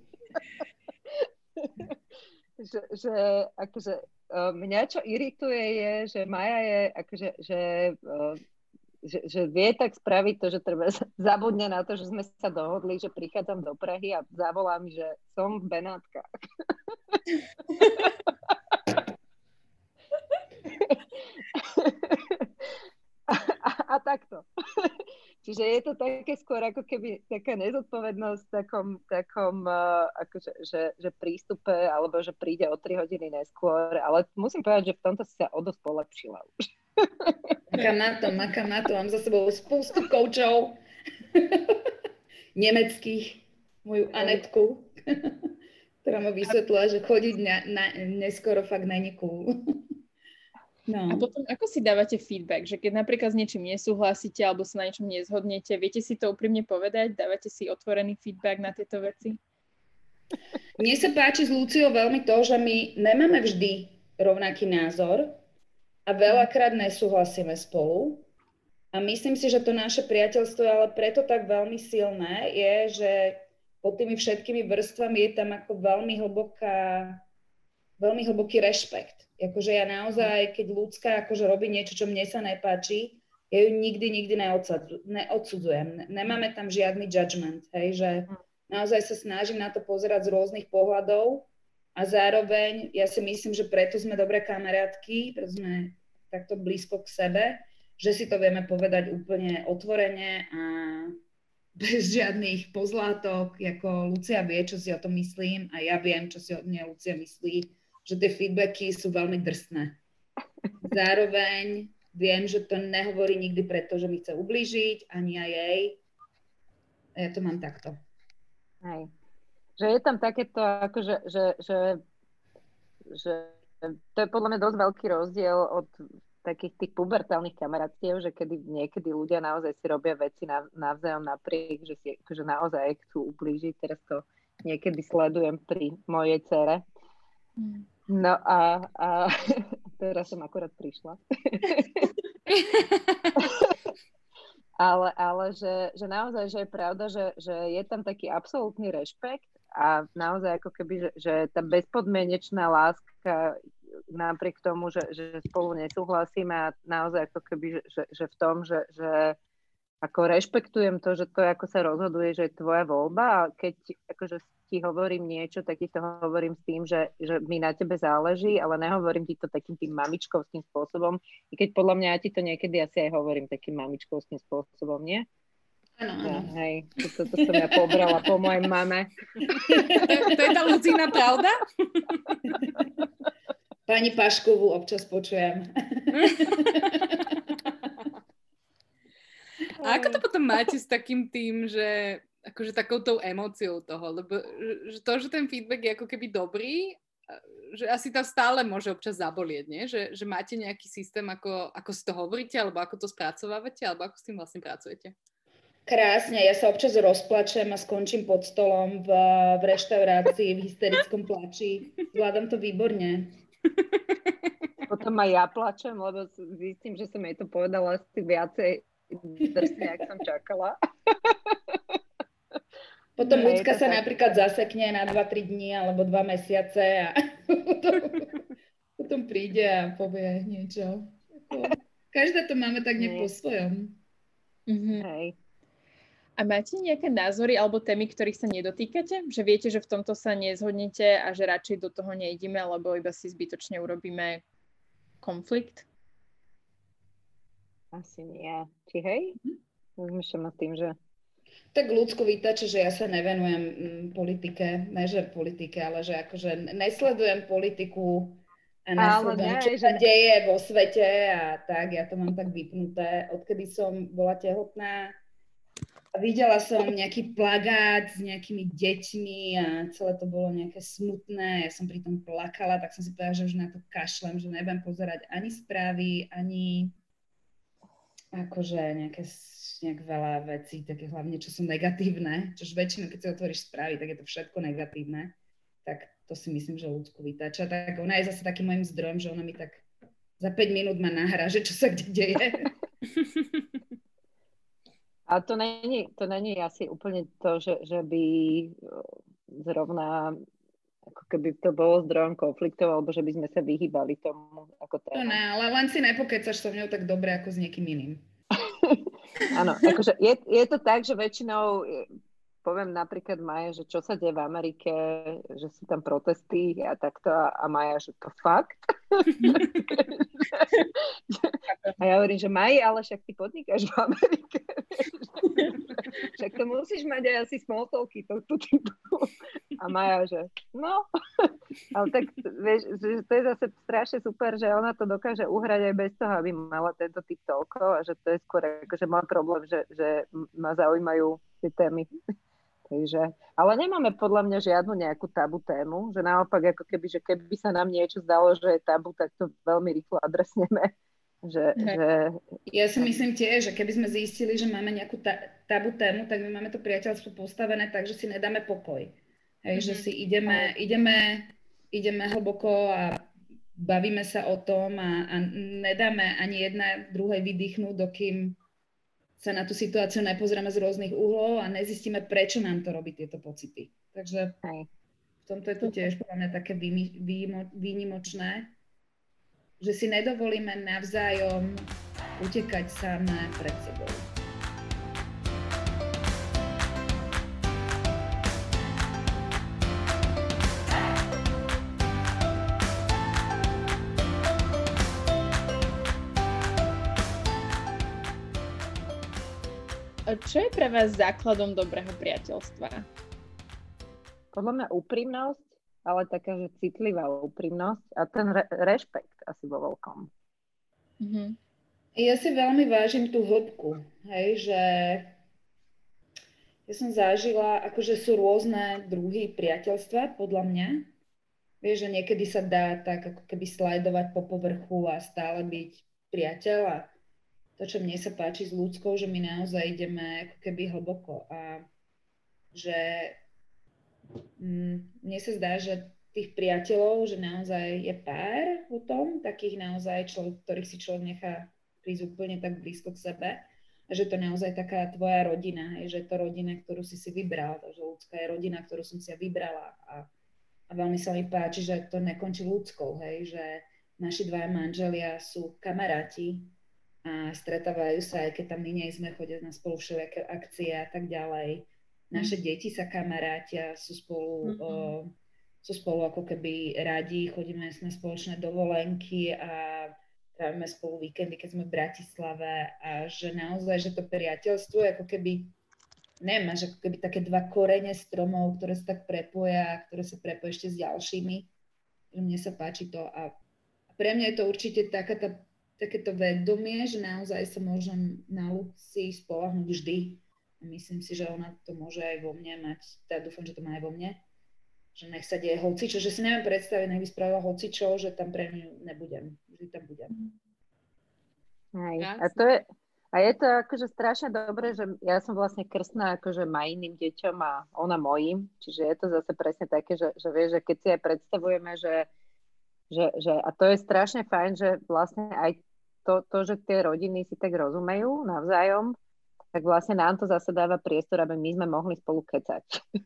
že akože mňa čo irituje je, že Maja je akože, že vie tak spraviť to, že treba zabudne na to, že sme sa dohodli, že prichádzam do Prahy a zavolá mi, že som v Benátkach. A takto. Čiže je to také skôr ako keby taká nezodpovednosť v takom akože, že prístupe, alebo že príde o 3 hodiny neskôr, ale musím povedať, že v tomto si sa o dosť polepšila už. Makám na to, mám za sebou spústu koučov nemeckých, moju Anetku, ktorá ma vysvetlila, že chodiť neskoro fakt není cool. No. A potom, ako si dávate feedback? Že keď napríklad s niečím nesúhlasíte alebo sa na niečom nezhodnete, viete si to úprimne povedať? Dávate si otvorený feedback na tieto veci? Mne sa páči s Luciou veľmi to, že my nemáme vždy rovnaký názor a veľakrát nesúhlasíme spolu. A myslím si, že to naše priateľstvo je ale preto tak veľmi silné, je, že pod tými všetkými vrstvami je tam ako veľmi hlboký rešpekt. Akože ja naozaj, keď ľudská akože robí niečo, čo mne sa nepáči, ja ju nikdy neodsudzujem. Nemáme tam žiadny judgment, hej, že naozaj sa snažím na to pozerať z rôznych pohľadov a zároveň ja si myslím, že preto sme dobré kamarátky, preto sme takto blízko k sebe, že si to vieme povedať úplne otvorene a bez žiadnych pozlátok, ako Lucia vie, čo si o tom myslím a ja viem, čo si o mne Lucia myslí, že tie feedbacky sú veľmi drsné. Zároveň viem, že to nehovorí nikdy preto, že mi chce ublížiť, ani aj jej. A ja to mám takto. Hej. Že je tam takéto, akože, že to je podľa mňa dosť veľký rozdiel od takých tých pubertálnych kamarátstiev, že niekedy ľudia naozaj si robia veci navzájom napriek, že si akože naozaj chcú ublížiť. Teraz to niekedy sledujem pri mojej dcere. No a teraz som akurát prišla. ale že naozaj, že je pravda, že je tam taký absolútny rešpekt a naozaj ako keby, že tá bezpodmienečná láska napriek tomu, že spolu nesúhlasíme a naozaj ako keby, že v tom, že ako rešpektujem to, že to, ako sa rozhoduje, že je tvoja voľba a keď akože ti hovorím niečo, tak ti to hovorím s tým, že mi na tebe záleží, ale nehovorím ti to takým tým mamičkovským spôsobom, i keď podľa mňa ja ti to niekedy asi aj hovorím takým mamičkovským spôsobom, nie? Áno. Hej, to som ja pobrala po mojej mame. To je tá Lucína pravda? Pani Paškovú občas počujem. A ako to potom máte s takým tým, že akože takoutou emóciou toho, lebo že to, že ten feedback je ako keby dobrý, že asi to stále môže občas zabolieť, nie? Že máte nejaký systém, ako si to hovoríte, alebo ako to spracovávate, alebo ako s tým vlastne pracujete? Krásne, ja sa občas rozplačem a skončím pod stolom v reštaurácii, v hysterickom plači. Zvládam to výborne. Potom aj ja plačem, lebo zistím, že som jej to povedala asi viacej drsne, jak som čakala. Potom ľudská sa napríklad zasekne na 2-3 dní alebo 2 mesiace a potom príde a povie niečo. Každá to máme tak nejak po svojom. Hej. A máte nejaké názory alebo témy, ktorých sa nedotýkate? Že viete, že v tomto sa nezhodnete a že radšej do toho nejdeme, lebo iba si zbytočne urobíme konflikt? Asi nie. Či hej? Rozmýšľam nad tým, že... Tak ľudsko vytače, že ja sa nevenujem politike, neže politike, ale že akože nesledujem politiku a nesledujem, čo sa deje vo svete a tak, ja to mám tak vypnuté. Odkedy som bola tehotná, videla som nejaký plagát s nejakými deťmi a celé to bolo nejaké smutné. Ja som pri tom plakala, tak som si povedala, že už na to kašlem, že nebudem pozerať ani správy, ani akože nejak veľa vecí, také hlavne, čo sú negatívne. Čož väčšinou, keď si otvoríš správy, tak je to všetko negatívne. Tak to si myslím, že ľudsku vytáča. Tak ona je zase takým môjim zdrojom, že ona mi tak za 5 minút ma nahrá, že čo sa kde deje. A to není asi úplne to, že by zrovna ako keby to bolo zdrojom konfliktov, alebo že by sme sa vyhýbali tomu ako téma. To ne, ale len si nepokecaš so mňou tak dobre ako s niekým iným. Áno, akože je to tak, že väčšinou poviem napríklad Maja, že čo sa deje v Amerike, že sú tam protesty a takto a Maja, že to fakt. A ja hovorím, že Maji, ale však ty podnikáš v Amerike. Však to musíš mať aj asi small talky tohto typu. A Maja, že no. Ale tak vieš, že to je zase strašne super, že ona to dokáže uhrať aj bez toho, aby mala tento typ toľko a že to je skôr akože môj problém, že ma zaujímajú tie témy. Takže, ale nemáme podľa mňa žiadnu nejakú tabu tému, že naopak ako keby, že keby sa nám niečo zdalo, že je tabu, tak to veľmi rýchlo adresneme. Ja si myslím tiež, že keby sme zistili, že máme nejakú tabu tému, tak my máme to priateľstvo postavené tak, že si nedáme pokoj. Hej, že si ideme hlboko a bavíme sa o tom a nedáme ani jedna druhej vydýchnuť, dokým sa na tú situáciu nepozrieme z rôznych uhlov a nezistíme, prečo nám to robí tieto pocity. Takže v tomto je to tiež podľa mňa také výnimočné, že si nedovolíme navzájom utekať samé pred sebou. Čo je pre vás základom dobrého priateľstva? Podľa mňa úprimnosť, ale taká, že citlivá úprimnosť a ten rešpekt asi vo veľkom. Mm-hmm. Ja si veľmi vážim tú hĺbku, hej, že ja som zažila, akože sú rôzne druhy priateľstva, podľa mňa. Vieš, že niekedy sa dá tak ako keby slajdovať po povrchu a stále byť priateľ a to, čo mne sa páči s ľudskou, že my naozaj ideme ako keby hlboko a že mne sa zdá, že tých priateľov, že naozaj je pár o tom, takých naozaj, ktorých si človek nechá prísť úplne tak blízko k sebe a že to naozaj taká tvoja rodina, že je to rodina, ktorú si vybral, takže ľudská je rodina, ktorú som si ja vybrala a veľmi sa mi páči, že to nekončí ľudskou, hej, že naši dvaja manželia sú kamaráti a stretávajú sa, aj keď tam my nie sme, chodia na spolu všelijaké akcie a tak ďalej. Naše deti sa kamarátia, sú spolu ako keby radi, chodíme na spoločné dovolenky a trávime spolu víkendy, keď sme v Bratislave a že naozaj, že to priateľstvo je ako keby, nemáš ako keby také dva korene stromov, ktoré sa tak prepoja, ktoré sa prepoja ešte s ďalšími. Mne sa páči to a pre mňa je to určite takéto vedomie, že naozaj sa môžem na Luci spoľahnúť vždy. A myslím si, že ona to môže aj vo mne mať, dúfam, že to má aj vo mne, že nech sa deje hocičo, že si neviem predstaviť, nech by spravila hocičo, že tam pre mňu nebudem. Vždy tam budem. A je to akože strašne dobré, že ja som vlastne krstná akože Majiným deťom a ona mojím, čiže je to zase presne také, že vieš, že keď si aj predstavujeme, že a to je strašne fajn, že vlastne aj to, že tie rodiny si tak rozumejú navzájom, tak vlastne nám to zase dáva priestor, aby my sme mohli spolu kecať.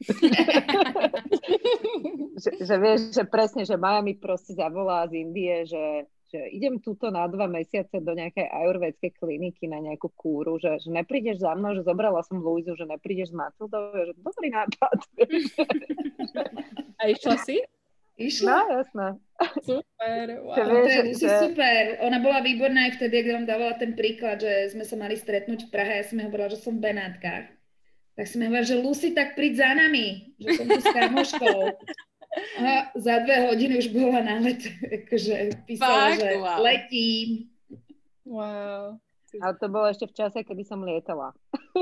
že vieš, že presne, že Maja mi proste zavolá z Indie, že idem túto na 2 mesiace do nejakej ajurvédskej kliniky na nejakú kúru, že neprídeš za mnou, že zobrala som Luizu, že neprídeš s Matildou, že dobrý nápad. A išla si? Išla? No, jasné. Super, wow. To je Lucy super. Ona bola výborná aj vtedy, keď vám dávala ten príklad, že sme sa mali stretnúť v Prahe, ja som jej hovorila, že som v Benátkach. Tak som jej hovorila, že Lucy, tak príď za nami, že som tu s kamoškou. A za 2 hodiny už bola na let, akože písala, že letím. Wow. Ale to bolo ešte v čase, kedy som lietala.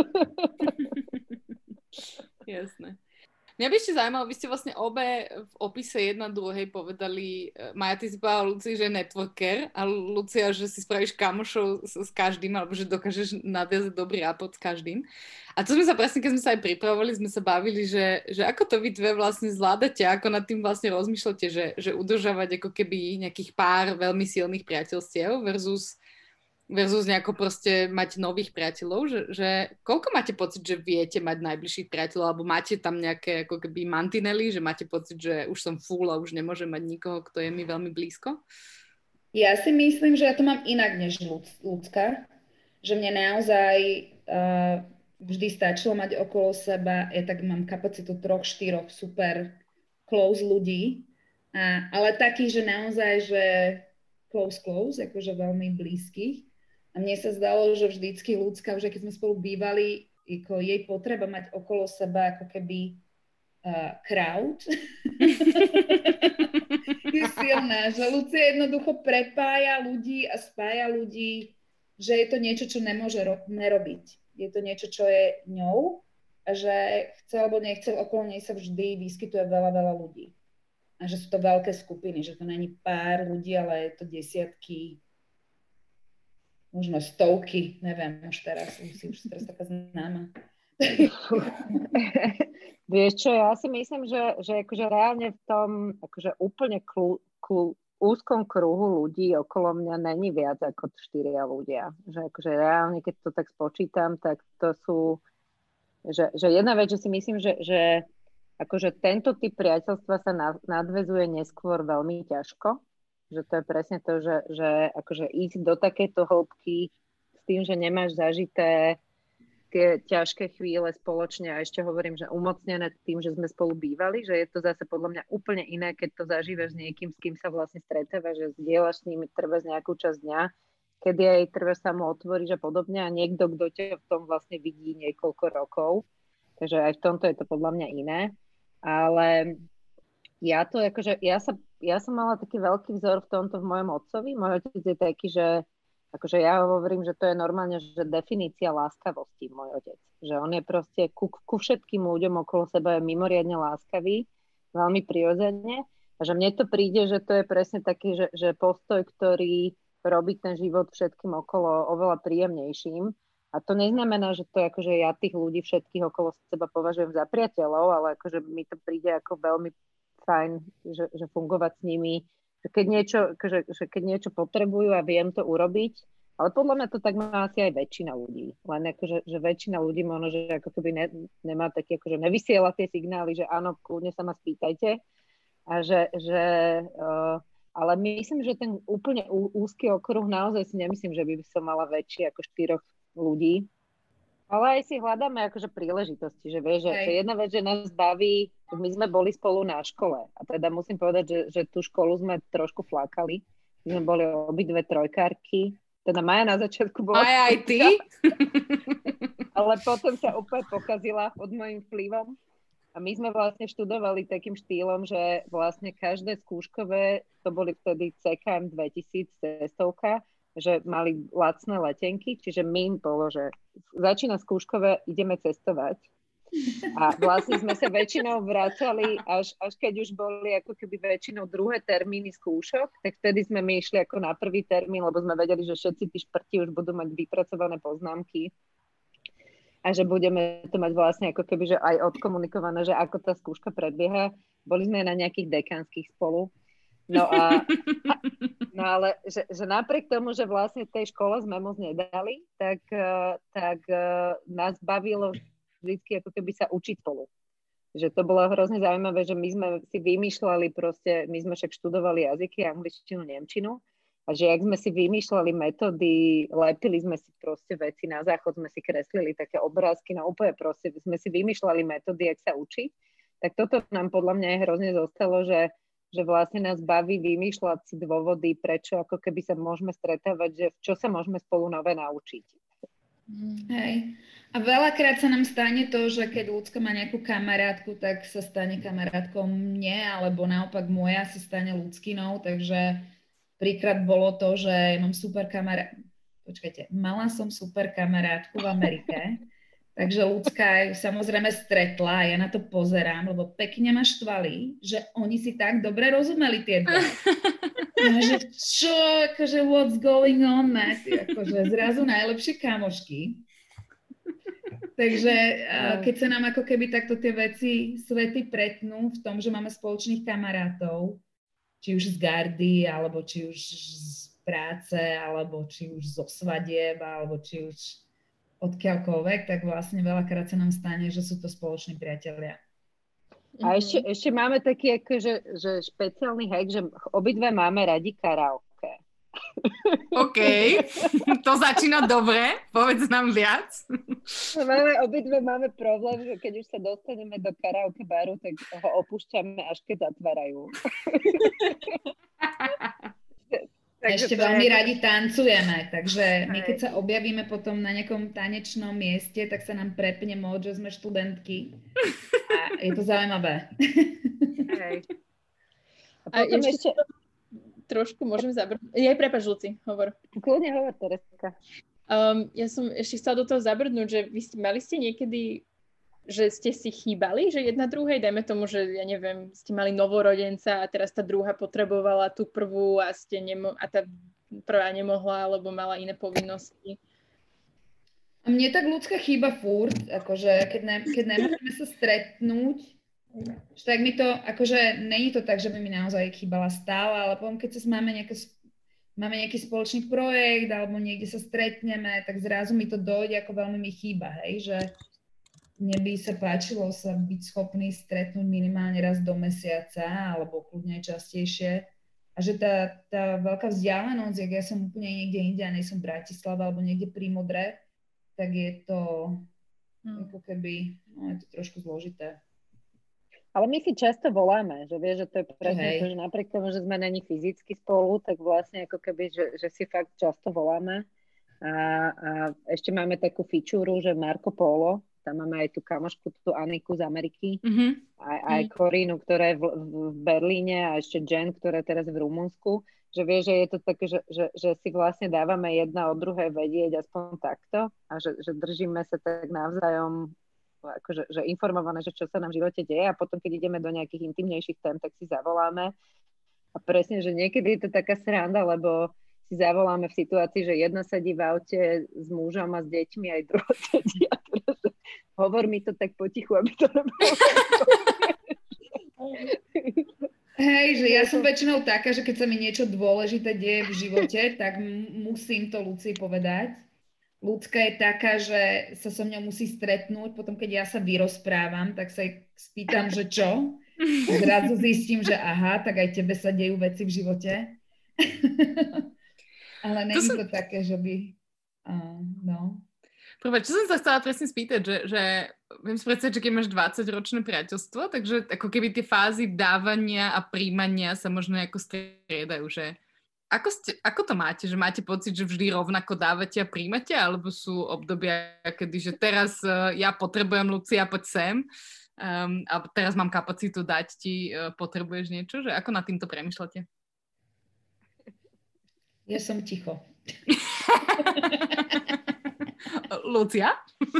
Jasné. Mňa by ešte zaujímalo, vy ste vlastne obe v opise jedna druhej povedali, Maja, ty si povedala Lucii, že je networker a Lucia, že si spravíš kamošov s každým, alebo že dokážeš nadviazať dobrý rapport s každým. A to sme sa presne, keď sme sa aj pripravovali, sme sa bavili, že ako to vy dve vlastne zvládate, ako nad tým vlastne rozmýšľate, že udržávať ako keby nejakých pár veľmi silných priateľstiev versus nejako proste mať nových priateľov, že koľko máte pocit, že viete mať najbližších priateľov, alebo máte tam nejaké ako keby mantinely, že máte pocit, že už som full a už nemôžem mať nikoho, kto je mi veľmi blízko? Ja si myslím, že ja to mám inak než ľudská, že mne naozaj vždy stačilo mať okolo seba, ja tak mám kapacitu 3-4 super close ľudí, ale takých, že naozaj, že close, akože veľmi blízkych. A mne sa zdalo, že vždycky ľudská, už keď sme spolu bývali, ako jej potreba mať okolo seba ako keby crowd je silná, že Lucia jednoducho prepája ľudí a spája ľudí, že je to niečo, čo nemôže nerobiť. Je to niečo, čo je ňou a že chce alebo nechce, okolo nej sa vždy vyskytuje veľa ľudí. A že sú to veľké skupiny, že to není pár ľudí, ale je to desiatky, možno stovky, neviem, už teraz taká známa. Vieš čo, ja si myslím, že akože reálne v tom akože úplne úzkom kruhu ľudí okolo mňa není viac ako 4 ľudia. Že akože reálne, keď to tak spočítam, tak to sú, že jedna vec, že si myslím, že akože tento typ priateľstva sa nadväzuje neskôr veľmi ťažko. Že to je presne to, že akože ísť do takéto hĺbky s tým, že nemáš zažité tie ťažké chvíle spoločne a ešte hovorím, že umocnené tým, že sme spolu bývali, že je to zase podľa mňa úplne iné, keď to zažívaš s niekým, s kým sa vlastne stretávaš, že zdieľaš s ním trváš nejakú časť dňa, kedy aj trváš sa mu otvoríš a podobne a niekto, kto ťa v tom vlastne vidí niekoľko rokov. Takže aj v tomto je to podľa mňa iné. Ale ja to akože, ja som mala taký veľký vzor v tomto v mojom otcovi. Môj otec je taký, že akože ja hovorím, že to je normálne, že definícia láskavosti, môj otec. Že on je proste ku všetkým ľuďom okolo seba je mimoriadne láskavý, veľmi prirodzene. A že mne to príde, že to je presne taký, že postoj, ktorý robí ten život všetkým okolo oveľa príjemnejším. A to neznamená, že to je akože ja tých ľudí všetkých okolo seba považujem za priateľov, ale akože mi to príde ako veľmi fajn, že fungovať s nimi, že keď niečo potrebujú a viem to urobiť, ale podľa mňa to tak má asi aj väčšina ľudí. Len akože, že väčšina ľudí možno, že ako keby nemá také, akože nevysiela tie signály, že áno, kľudne sa ma spýtajte. A Ale myslím, že ten úplne úzky okruh naozaj si nemyslím, že by som mala väčší ako 4 ľudí. Ale aj si hľadáme akože príležitosti, že vieš, že jedna vec, že nás baví, my sme boli spolu na škole a teda musím povedať, že tú školu sme trošku flakali. My sme boli obidve trojkárky, teda Maja na začiatku bola... Aj ty? Ale potom sa úplne pokazila pod môjim vplyvom. A my sme vlastne študovali takým štýlom, že vlastne každé skúškové, to boli vtedy CKM 2000 cestovka, že mali lacné letenky, čiže my bolo, že začína skúškové, ideme cestovať. A vlastne sme sa väčšinou vracali, až keď už boli ako keby väčšinou druhé termíny skúšok, tak vtedy sme my išli ako na prvý termín, lebo sme vedeli, že všetci tí šprti už budú mať vypracované poznámky a že budeme to mať vlastne ako keby že aj odkomunikované, že ako tá skúška prebieha. Boli sme na nejakých dekanských spolu. No ale že napriek tomu, že vlastne v tej škole sme moc nedali, tak nás bavilo vždycky ako keby sa učiť spolu. Že to bolo hrozne zaujímavé, že my sme si vymýšľali proste, my sme však študovali jazyky, angličtinu, nemčinu, a že jak sme si vymýšľali metódy, lepili sme si proste veci na záchod, sme si kreslili také obrázky, no úplne proste sme si vymýšľali metódy, jak sa učiť, tak toto nám podľa mňa je hrozne zostalo, že vlastne nás baví vymýšľať si dôvody, prečo ako keby sa môžeme stretávať, že čo sa môžeme spolu nové naučiť. Hej. A veľakrát sa nám stane to, že keď ľudská má nejakú kamarátku, tak sa stane kamarátkou mne, alebo naopak moja sa stane ľudskinou, takže príklad bolo to, že mám mala som super kamarátku v Amerike, takže ľudská samozrejme stretla a ja na to pozerám, lebo pekne ma štvali, že oni si tak dobre rozumeli tie dva. Že čo, akože what's going on, Matt? Akože zrazu najlepšie kamošky. Takže keď sa nám ako keby takto tie svety pretnú v tom, že máme spoločných kamarátov, či už z gardy, alebo či už z práce, alebo či už zo svadieb, alebo či už odkiaľkoľvek, tak vlastne veľakrát sa nám stane, že sú to spoloční priatelia. A ešte máme taký akože, že špeciálny hack, že obidve máme radi karaoke. OK, to začína dobre, povedz nám viac. Obidve máme problém, že keď už sa dostaneme do karaoke baru, tak ho opúšťame, až keď zatvárajú. Ešte veľmi radi tancujeme, takže my keď sa objavíme potom na nejakom tanečnom mieste, tak sa nám prepne mód, že sme študentky. A je to zaujímavé. Hej. A ešte trošku môžem zabrnúť. Prepáč, Luci, hovor. Kľudne hovor, Tereska. Ja som ešte chcela do toho zabrnúť, že mali ste niekedy, že ste si chýbali, že jedna druhej, dajme tomu, že ja neviem, ste mali novorodenca a teraz tá druhá potrebovala tú prvú a tá prvá nemohla, alebo mala iné povinnosti. A mne tak ľudská chýba furt, akože keď nemôžeme sa stretnúť, tak mi to, akože není to tak, že by mi naozaj chýbala stále, ale potom keď máme nejaký spoločný projekt alebo niekde sa stretneme, tak zrazu mi to dojde, ako veľmi mi chýba, hej, že mne by sa páčilo sa byť schopný stretnúť minimálne raz do mesiaca alebo kľudne častejšie. A že tá veľká vzdialenosť, jak ja som úplne niekde inde a nejsem v Bratislave alebo niekde pri Modre, tak je to ako keby, je to trošku zložité. Ale my si často voláme, že vieš, že to je presne to, že napriek tomu, že sme není fyzicky spolu, tak vlastne ako keby, že si fakt často voláme. A ešte máme takú fičúru, že Marco Polo, tam máme aj tú kamošku, tú Aniku z Ameriky, aj Korínu, ktorá je v Berlíne a ešte Jen, ktorá je teraz v Rumunsku, že vieš, že je to také, že si vlastne dávame jedna od druhej vedieť aspoň takto a že držíme sa tak navzájom akože, že informované, že čo sa nám v živote deje a potom, keď ideme do nejakých intimnejších tém, tak si zavoláme a presne, že niekedy je to taká sranda, lebo si zavoláme v situácii, že jedna sedí v aute s mužom a s deťmi, aj druhá sedí a teraz hovor mi to tak potichu, aby to nebolo. Hej, že ja som väčšinou taká, že keď sa mi niečo dôležité deje v živote, tak musím to Lucii povedať. Ľudská je taká, že sa so mňou musí stretnúť, potom keď ja sa vyrozprávam, tak sa jej spýtam, že čo? Zrazu zistím, že aha, tak aj tebe sa dejú veci v živote. Ale není to také, že by... no. Prvé, čo som sa chcela presne spýtať, že viem si predstaviť, že keď máš 20-ročné priateľstvo, takže ako keby tie fázy dávania a príjmania sa možno ako striedajú, že ako to máte? Že máte pocit, že vždy rovnako dávate a príjmate, alebo sú obdobia, kedy, že teraz ja potrebujem, Lucia, poď sem, a teraz mám kapacitu dať ti, potrebuješ niečo? Že ako nad týmto premýšľate? Ja som ticho. Lucia?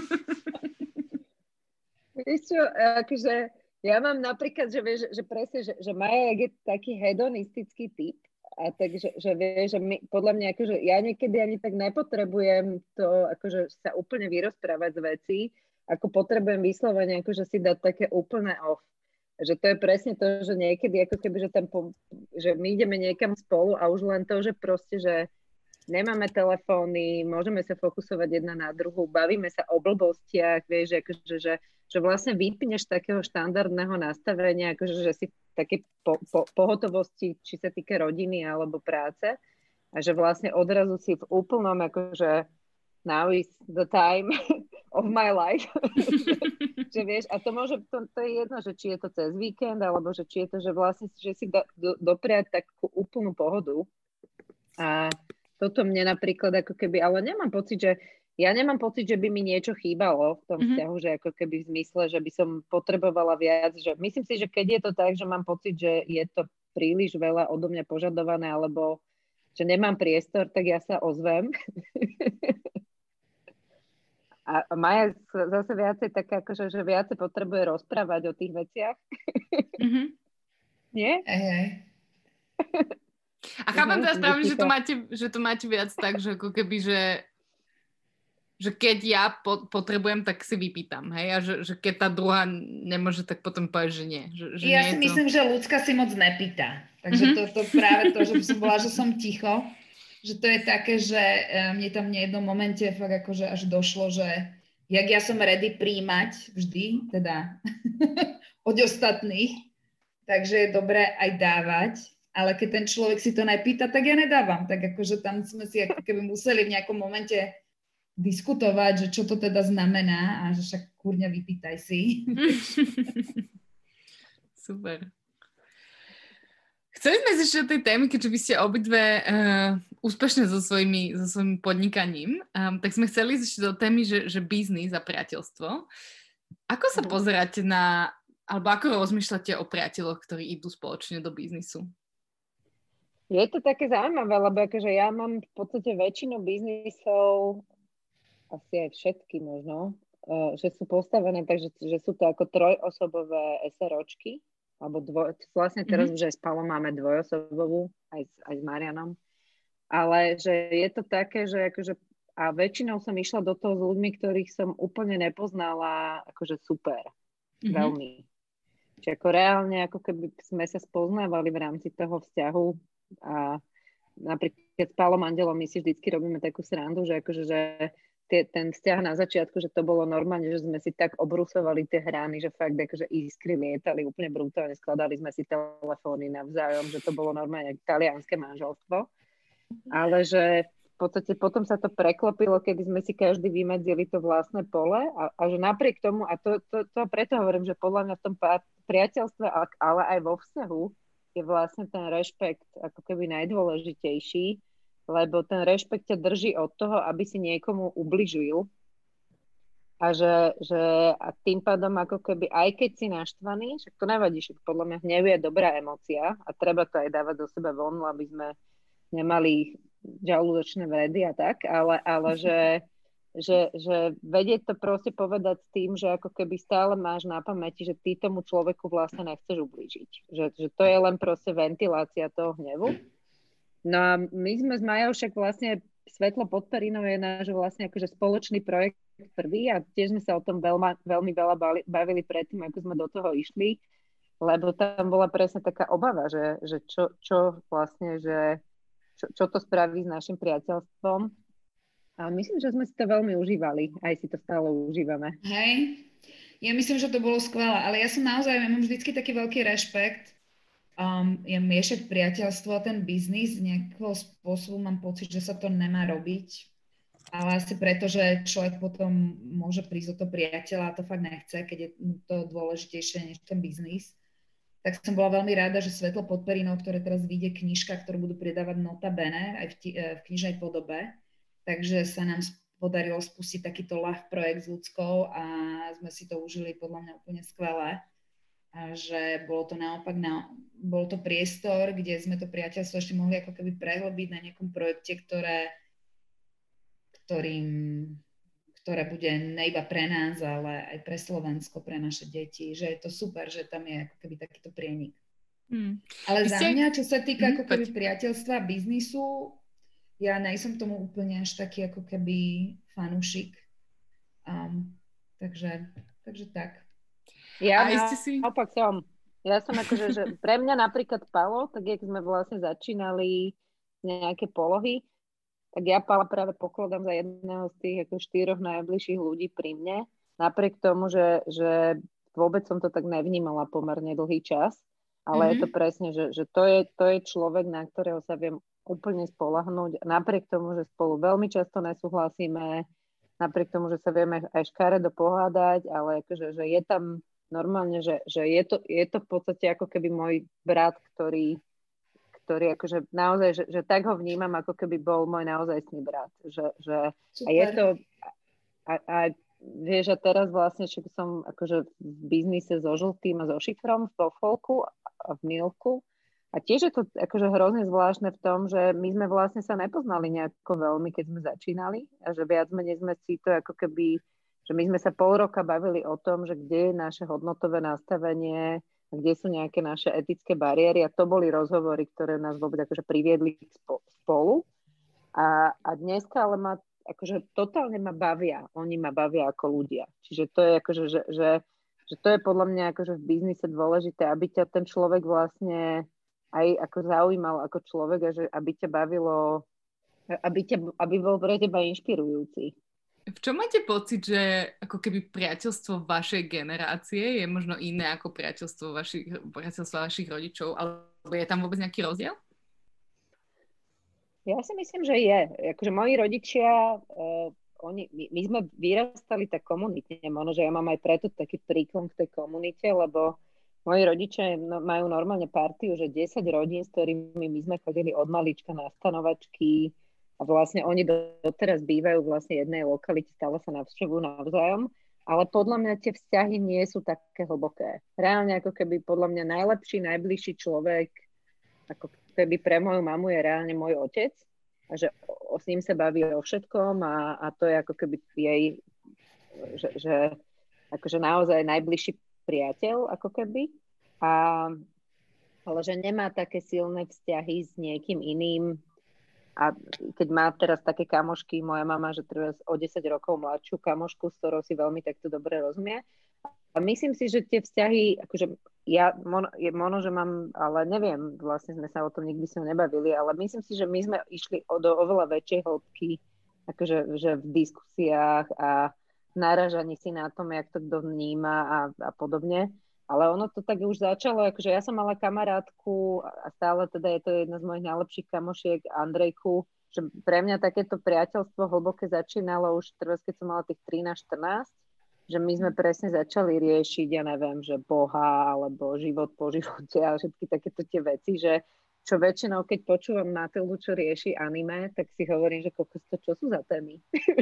Vieš čo, akože ja mám napríklad, že vieš, že presne, že Maja je taký hedonistický typ, a takže, že vieš, že podľa mňa, akože ja niekedy ani tak nepotrebujem to, akože sa úplne vyrozprávať z vecí, ako potrebujem vyslovene, akože si dať také úplné off. Že to je presne to, že niekedy, ako keby, že my ideme niekam spolu a už len to, že proste, že nemáme telefóny, môžeme sa fokusovať jedna na druhú, bavíme sa o blbostiach, vieš, akože, že vlastne vypneš takého štandardného nastavenia, akože, že si také pohotovosti, či sa týka rodiny alebo práce, a že vlastne odrazu si v úplnom, akože now is the time of my life. že vieš, a to môže, to je jedno, že či je to cez víkend, alebo že či je to, že vlastne že si dopriať takú úplnú pohodu. A toto mne napríklad ako keby, ale nemám pocit, že by mi niečo chýbalo v tom vzťahu, že ako keby v zmysle, že by som potrebovala viac, že myslím si, že keď je to tak, že mám pocit, že je to príliš veľa odo mňa požadované, alebo že nemám priestor, tak ja sa ozvem. A Maja zase viacej taká, akože, že viacej potrebuje rozprávať o tých veciach. Nie? A chápem teda správne, že to máte viac tak, že ako keby, že keď ja potrebujem, tak si vypýtam, hej? A že keď tá druhá nemôže, tak potom povie, že nie. Že ja nie si myslím, že ľudská si moc nepýta. Takže to práve to, že by som bola, že som ticho, že to je také, že mne tam v jednom momente fakt akože až došlo, že jak ja som ready príjmať vždy, teda od ostatných, takže je dobré aj dávať, ale keď ten človek si to nepýta, tak ja nedávam. Tak akože tam sme si ako keby museli v nejakom momente diskutovať, že čo to teda znamená a že však kurňa vypýtaj si. Super. Chceli sme ešte do tej témy, keďže vy ste obidve úspešné so svojím podnikaním, tak sme chceli ešte do témy, že biznis a priateľstvo. Ako sa pozeráte alebo ako rozmýšľate o priateľoch, ktorí idú spoločne do biznisu? Je to také zaujímavé, lebo akože ja mám v podstate väčšinu biznisov, asi aj všetky možno, že sú postavené, takže že sú to ako trojosobové SROčky, alebo vlastne teraz už aj s Palom máme dvojosobovú, aj s Marianom, ale že je to také, že akože, a väčšinou som išla do toho s ľuďmi, ktorých som úplne nepoznala, akože super, veľmi. Čiže ako reálne, ako keby sme sa spoznávali v rámci toho vzťahu. A napríklad s Pálom Andelom my si vždycky robíme takú srandu, že akože, že ten vzťah na začiatku, že to bolo normálne, že sme si tak obrusovali tie hrany, že fakt akože iskry lietali úplne brutálne, skladali sme si telefóny navzájom, že to bolo normálne talianske manželstvo. Ale že v podstate potom sa to preklopilo, kedy sme si každý vymedzili to vlastné pole a že napriek tomu, a to preto hovorím, že podľa mňa v tom priateľstve, ale aj vo vzťahu je vlastne ten rešpekt ako keby najdôležitejší, lebo ten rešpekt ťa drží od toho, aby si niekomu ubližil a a tým pádom ako keby aj keď si naštvaný, však to nevadí, však podľa mňa hnev je dobrá emócia a treba to aj dávať do seba von, aby sme nemali žalúdočné vredy a tak, ale že vedieť to proste povedať s tým, že ako keby stále máš na pamäti, že ty tomu človeku vlastne nechceš ublížiť. Že to je len proste ventilácia toho hnevu. No a my sme s Majou však vlastne Svetlo pod perinou je náš vlastne akože spoločný projekt prvý a tiež sme sa o tom veľmi veľa bavili predtým, ako sme do toho išli, lebo tam bola presne taká obava, že čo vlastne, že čo to spraví s našim priateľstvom. A myslím, že sme si to veľmi užívali. Aj si to stále užívame. Hej. Ja myslím, že to bolo skvelé, ale ja mám vždycky taký veľký rešpekt. Ja miešať priateľstvo a ten biznis, z nejakého spôsobu mám pocit, že sa to nemá robiť. Ale asi preto, že človek potom môže prísť o to priateľa a to fakt nechce, keď je to dôležitejšie než ten biznis. Tak som bola veľmi rada, že Svetlo pod perinou, ktoré teraz vyjde knižka, ktorú budú predávať Nota Bene aj v knižnej podobe. Takže sa nám podarilo spustiť takýto love projekt s ľudskou a sme si to užili podľa mňa úplne skvelé. A že bolo to naopak, bol to priestor, kde sme to priateľstvo ešte mohli ako keby prehlbiť na nejakom projekte, ktoré bude ne iba pre nás, ale aj pre Slovensko, pre naše deti. Že je to super, že tam je ako keby takýto prienik. Ale za mňa, čo sa týka ako keby priateľstva a biznisu, ja nejsem tomu úplne až taký ako keby fanúšik. Takže tak. Ja naopak som. Ja som akože, že pre mňa napríklad Palo, tak jak sme vlastne začínali nejaké polohy, tak ja Pala práve pokladám za jedného z tých ako 4 najbližších ľudí pri mne. Napriek tomu, že vôbec som to tak nevnímala pomerne dlhý čas, ale je to presne, že to je človek, na ktorého sa viem úplne spoľahnúť. Napriek tomu, že spolu veľmi často nesúhlasíme, napriek tomu, že sa vieme aj škaredo pohádať, ale akože, že je tam normálne, že je to v podstate ako keby môj brat, ktorý akože naozaj, že tak ho vnímam, ako keby bol môj naozajstný brat. A je to a vieš, a teraz vlastne som akože v biznise so Žltým a so Šifrom vo Folku a v Milku. A tiež je to akože hrozne zvláštne v tom, že my sme vlastne sa nepoznali nejako veľmi, keď sme začínali a že viac menej sme si to ako keby, že my sme sa pol roka bavili o tom, že kde je naše hodnotové nastavenie, kde sú nejaké naše etické bariéry a to boli rozhovory, ktoré nás vôbec akože priviedli spolu. A dneska ale akože totálne ma bavia. Oni ma bavia ako ľudia. Čiže to je akože, že to je podľa mňa akože v biznise dôležité, aby ťa ten človek vlastne aj ako zaujímal ako človek a že aby ťa bavilo, aby bol pre teba inšpirujúci. V čom máte pocit, že ako keby priateľstvo vašej generácie je možno iné ako priateľstvo vašich rodičov, alebo je tam vôbec nejaký rozdiel? Ja si myslím, že je. Akože moji rodičia, my sme vyrastali tak komunitne, možno, že ja mám aj preto taký príklon k tej komunite, lebo moji rodičia majú normálne partiu, že 10 rodín, s ktorými my sme chodili od malička na stanovačky, a vlastne oni doteraz bývajú vlastne jednej lokalite, stále sa navštevujú navzájom, ale podľa mňa tie vzťahy nie sú také hlboké. Reálne ako keby podľa mňa najlepší, najbližší človek, ako keby pre moju mamu je reálne môj otec a že s ním sa baví o všetkom a to je ako keby jej, že akože naozaj najbližší priateľ ako keby, ale že nemá také silné vzťahy s niekým iným. A keď má teraz také kamošky, moja mama, že teraz o 10 rokov mladšiu kamošku, s ktorou si veľmi takto dobre rozumie. A myslím si, že tie vzťahy, akože možno, že mám, ale neviem, vlastne sme sa o tom nikdy si nebavili, ale myslím si, že my sme išli do oveľa väčšej hĺbky, akože že v diskusiách a náražaní si na tom, jak to kto vníma a podobne. Ale ono to tak už začalo, akože ja som mala kamarátku a stále teda je to jedna z mojich najlepších kamošiek, Andrejku, že pre mňa takéto priateľstvo hlboké začínalo už teraz, keď som mala tých 13-14, že my sme presne začali riešiť, ja neviem, že Boha alebo život po živote a všetky takéto tie veci, že čo väčšinou, keď počúvam Matildu, čo rieši anime, tak si hovorím, že čo sú za témy.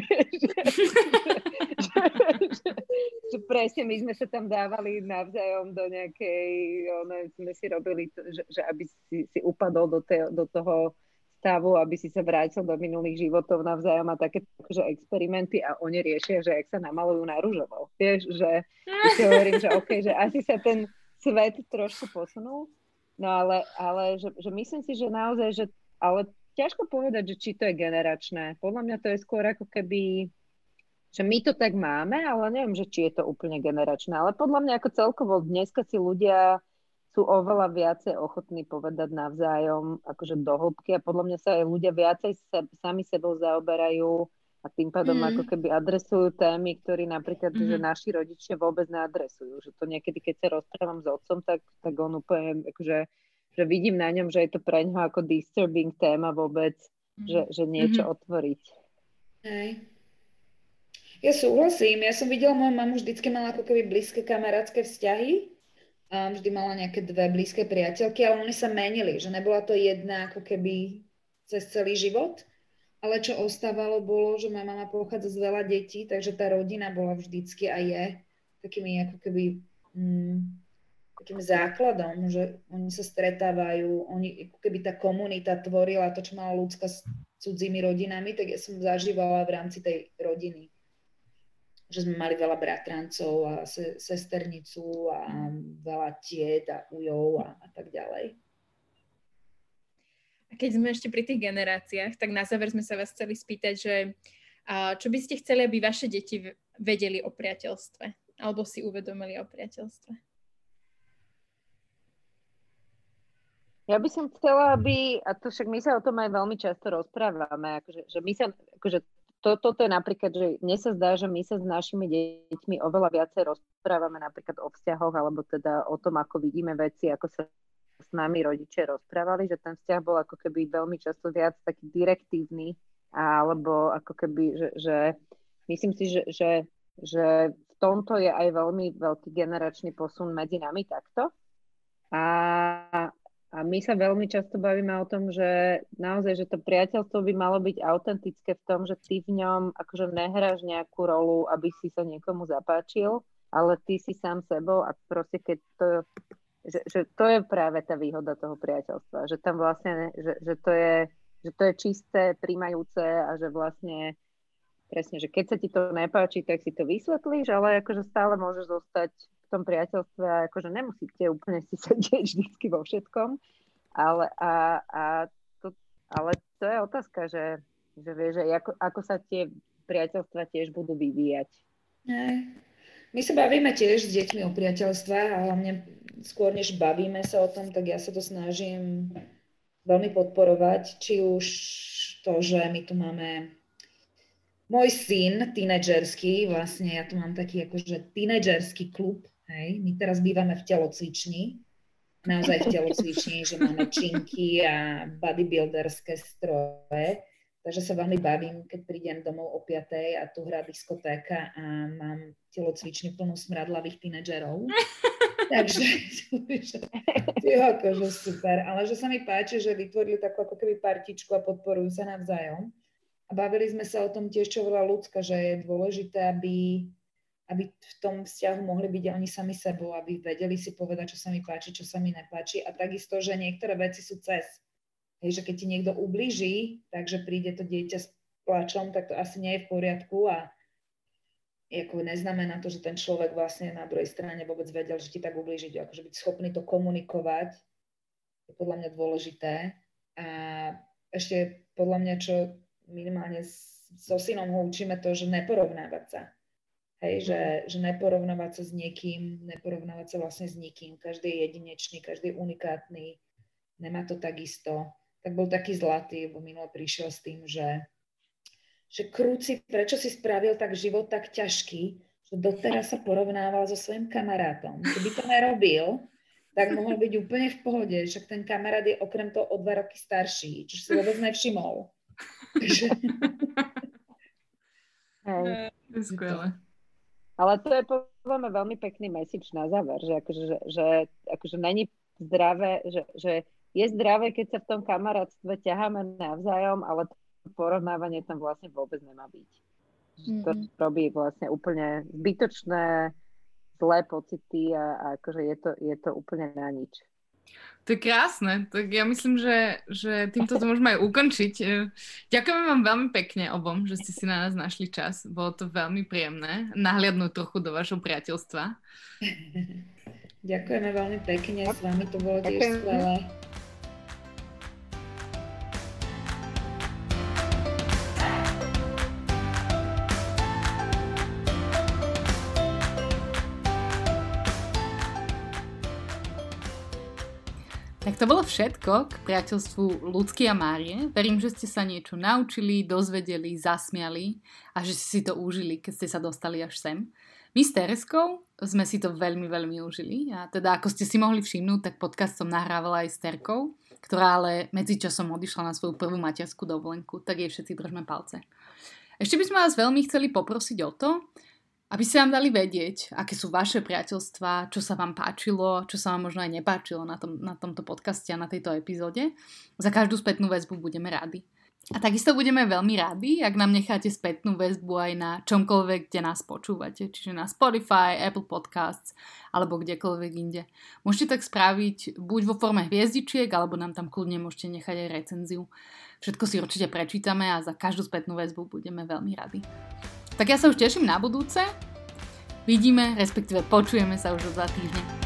že presne my sme sa tam dávali navzájom do nejakej, sme si robili, že aby si upadol do toho stavu, aby si sa vrátil do minulých životov navzájom a také akože experimenty a oni riešia, že jak sa namalujú na ružovo. Vieš, že si hovorím, že OK, že asi sa ten svet trošku posunul. No ale že myslím si, že naozaj, ale ťažko povedať, že či to je generačné. Podľa mňa to je skôr ako keby, že my to tak máme, ale neviem, že či je to úplne generačné. Ale podľa mňa ako celkovo dneska si ľudia sú oveľa viacej ochotní povedať navzájom akože do hĺbky a podľa mňa sa aj ľudia viacej sami sebou zaoberajú a A tým pádom ako keby adresujú témy, ktoré napríklad, že naši rodičia vôbec neadresujú. Že to niekedy, keď sa rozprávam s otcom, tak on úplne, akože, že vidím na ňom, že je to pre ňoho ako disturbing téma vôbec, že niečo otvoriť. Hej. Ja súhlasím. Ja som videla, moju mamu vždycky mala ako keby blízke kamarátske vzťahy. A vždy mala nejaké dve blízke priateľky, ale oni sa menili, že nebola to jedna ako keby cez celý život. Ale čo ostávalo bolo, že moja mama pochádza z veľa detí, takže tá rodina bola vždycky a je takými ako keby takým základom, že oni sa stretávajú, ako keby tá komunita tvorila to, čo mala ľudská s cudzími rodinami, tak ja som zažívala v rámci tej rodiny. Že sme mali veľa bratrancov a sesternicu a veľa tiet a ujov a tak ďalej. A keď sme ešte pri tých generáciách, tak na záver sme sa vás chceli spýtať, že čo by ste chceli, aby vaše deti vedeli o priateľstve? Alebo si uvedomili o priateľstve? Ja by som chcela, aby, a to však my sa o tom aj veľmi často rozprávame, že my sa, toto je napríklad, že mne sa zdá, že my sa s našimi deťmi oveľa viacej rozprávame napríklad o vzťahoch, alebo teda o tom, ako vidíme veci, ako sa s nami rodičia rozprávali, že ten vzťah bol ako keby veľmi často viac taký direktívny, alebo ako keby, že myslím si, že v tomto je aj veľmi veľký generačný posun medzi nami takto. A my sa veľmi často bavíme o tom, že naozaj, že to priateľstvo by malo byť autentické v tom, že ty v ňom akože nehráš nejakú rolu, aby si sa niekomu zapáčil, ale ty si sám sebou a proste keď to... Že to je práve tá výhoda toho priateľstva, že tam vlastne, že to je čisté, príjmajúce a že vlastne presne, že keď sa ti to nepáči, tak si to vysvetlíš, ale akože stále môžeš zostať v tom priateľstve a akože nemusíte úplne si sedieť vždycky vo všetkom, ale to je otázka, že vieš, že ako sa tie priateľstva tiež budú vyvíjať. My sa bavíme tiež s deťmi o priateľstvách a hlavne skôr než bavíme sa o tom, tak ja sa to snažím veľmi podporovať. Či už to, že my tu máme môj syn tínedžerský, vlastne ja tu mám taký akože tínedžerský klub, hej. My teraz bývame v telocvični, naozaj v telocvični, že máme činky a bodybuilderské stroje. Takže sa veľmi bavím, keď prídem domov o 5:00 a tu hrá diskotéka a mám telocvičňu plnú smradlavých tínedžerov. Takže to je akože super. Ale že sa mi páči, že vytvorili takú ako keby partičku a podporujú sa navzájom. A bavili sme sa o tom tiež, čo veľa ľudská, že je dôležité, aby v tom vzťahu mohli byť oni sami sebou, aby vedeli si povedať, čo sa mi páči, čo sa mi nepáči. A takisto, že niektoré veci sú cez. Že keď ti niekto ublíži, takže príde to dieťa s plačom, tak to asi nie je v poriadku a ako neznamená to, že ten človek vlastne na druhej strane vôbec vedel, že ti tak ublížiť. Akože byť schopný to komunikovať je podľa mňa dôležité. A ešte podľa mňa, čo minimálne so synom ho učíme to, že neporovnávať sa. Hej, že neporovnávať sa s niekým, neporovnávať sa vlastne s nikým. Každý je jedinečný, každý je unikátny, nemá to takisto. Tak bol taký zlatý, bo minule prišiel s tým, že krúci, prečo si spravil tak život tak ťažký, že doteraz sa porovnával so svojím kamarátom. Keby to nerobil, tak mohol byť úplne v pohode. Však ten kamarát je okrem toho o 2 roky starší, čo si vôbec nevšimol. To je skvelé. Ale to je podľa mňa veľmi pekný message na záver, že akože není zdravé, že je zdravé, keď sa v tom kamarátstve ťaháme navzájom, ale to porovnávanie tam vlastne vôbec nemá byť. To robí vlastne úplne zbytočné, zlé pocity a akože je to úplne na nič. To je krásne. Tak ja myslím, že týmto to môžeme aj ukončiť. Ďakujeme vám veľmi pekne obom, že ste si na nás našli čas. Bolo to veľmi príjemné nahliadnúť trochu do vašho priateľstva. Ďakujeme veľmi pekne. S vami to bolo tiež skvelé. Tak to bolo všetko k priateľstvu Ľudsky a Márie. Verím, že ste sa niečo naučili, dozvedeli, zasmiali a že ste si to užili, keď ste sa dostali až sem. My s Tereskou sme si to veľmi, veľmi užili a teda ako ste si mohli všimnúť, tak podcast som nahrávala aj s Terkou, ktorá ale medzičasom odišla na svoju prvú materskú dovolenku, tak jej všetci držme palce. Ešte by sme vás veľmi chceli poprosiť o to, aby ste nám dali vedieť, aké sú vaše priateľstvá, čo sa vám páčilo, čo sa vám možno aj nepáčilo na tomto podcaste a na tejto epizóde. Za každú spätnú väzbu budeme radi. A takisto budeme veľmi radi, ak nám necháte spätnú väzbu aj na čomkoľvek, kde nás počúvate. Čiže na Spotify, Apple Podcasts alebo kdekoľvek inde. Môžete tak spraviť buď vo forme hviezdičiek, alebo nám tam kľudne môžete nechať aj recenziu. Všetko si určite prečítame a za každú spätnú väzbu budeme veľmi radi. Tak ja sa už teším na budúce. Vidíme, respektíve počujeme sa už o 2 týždne.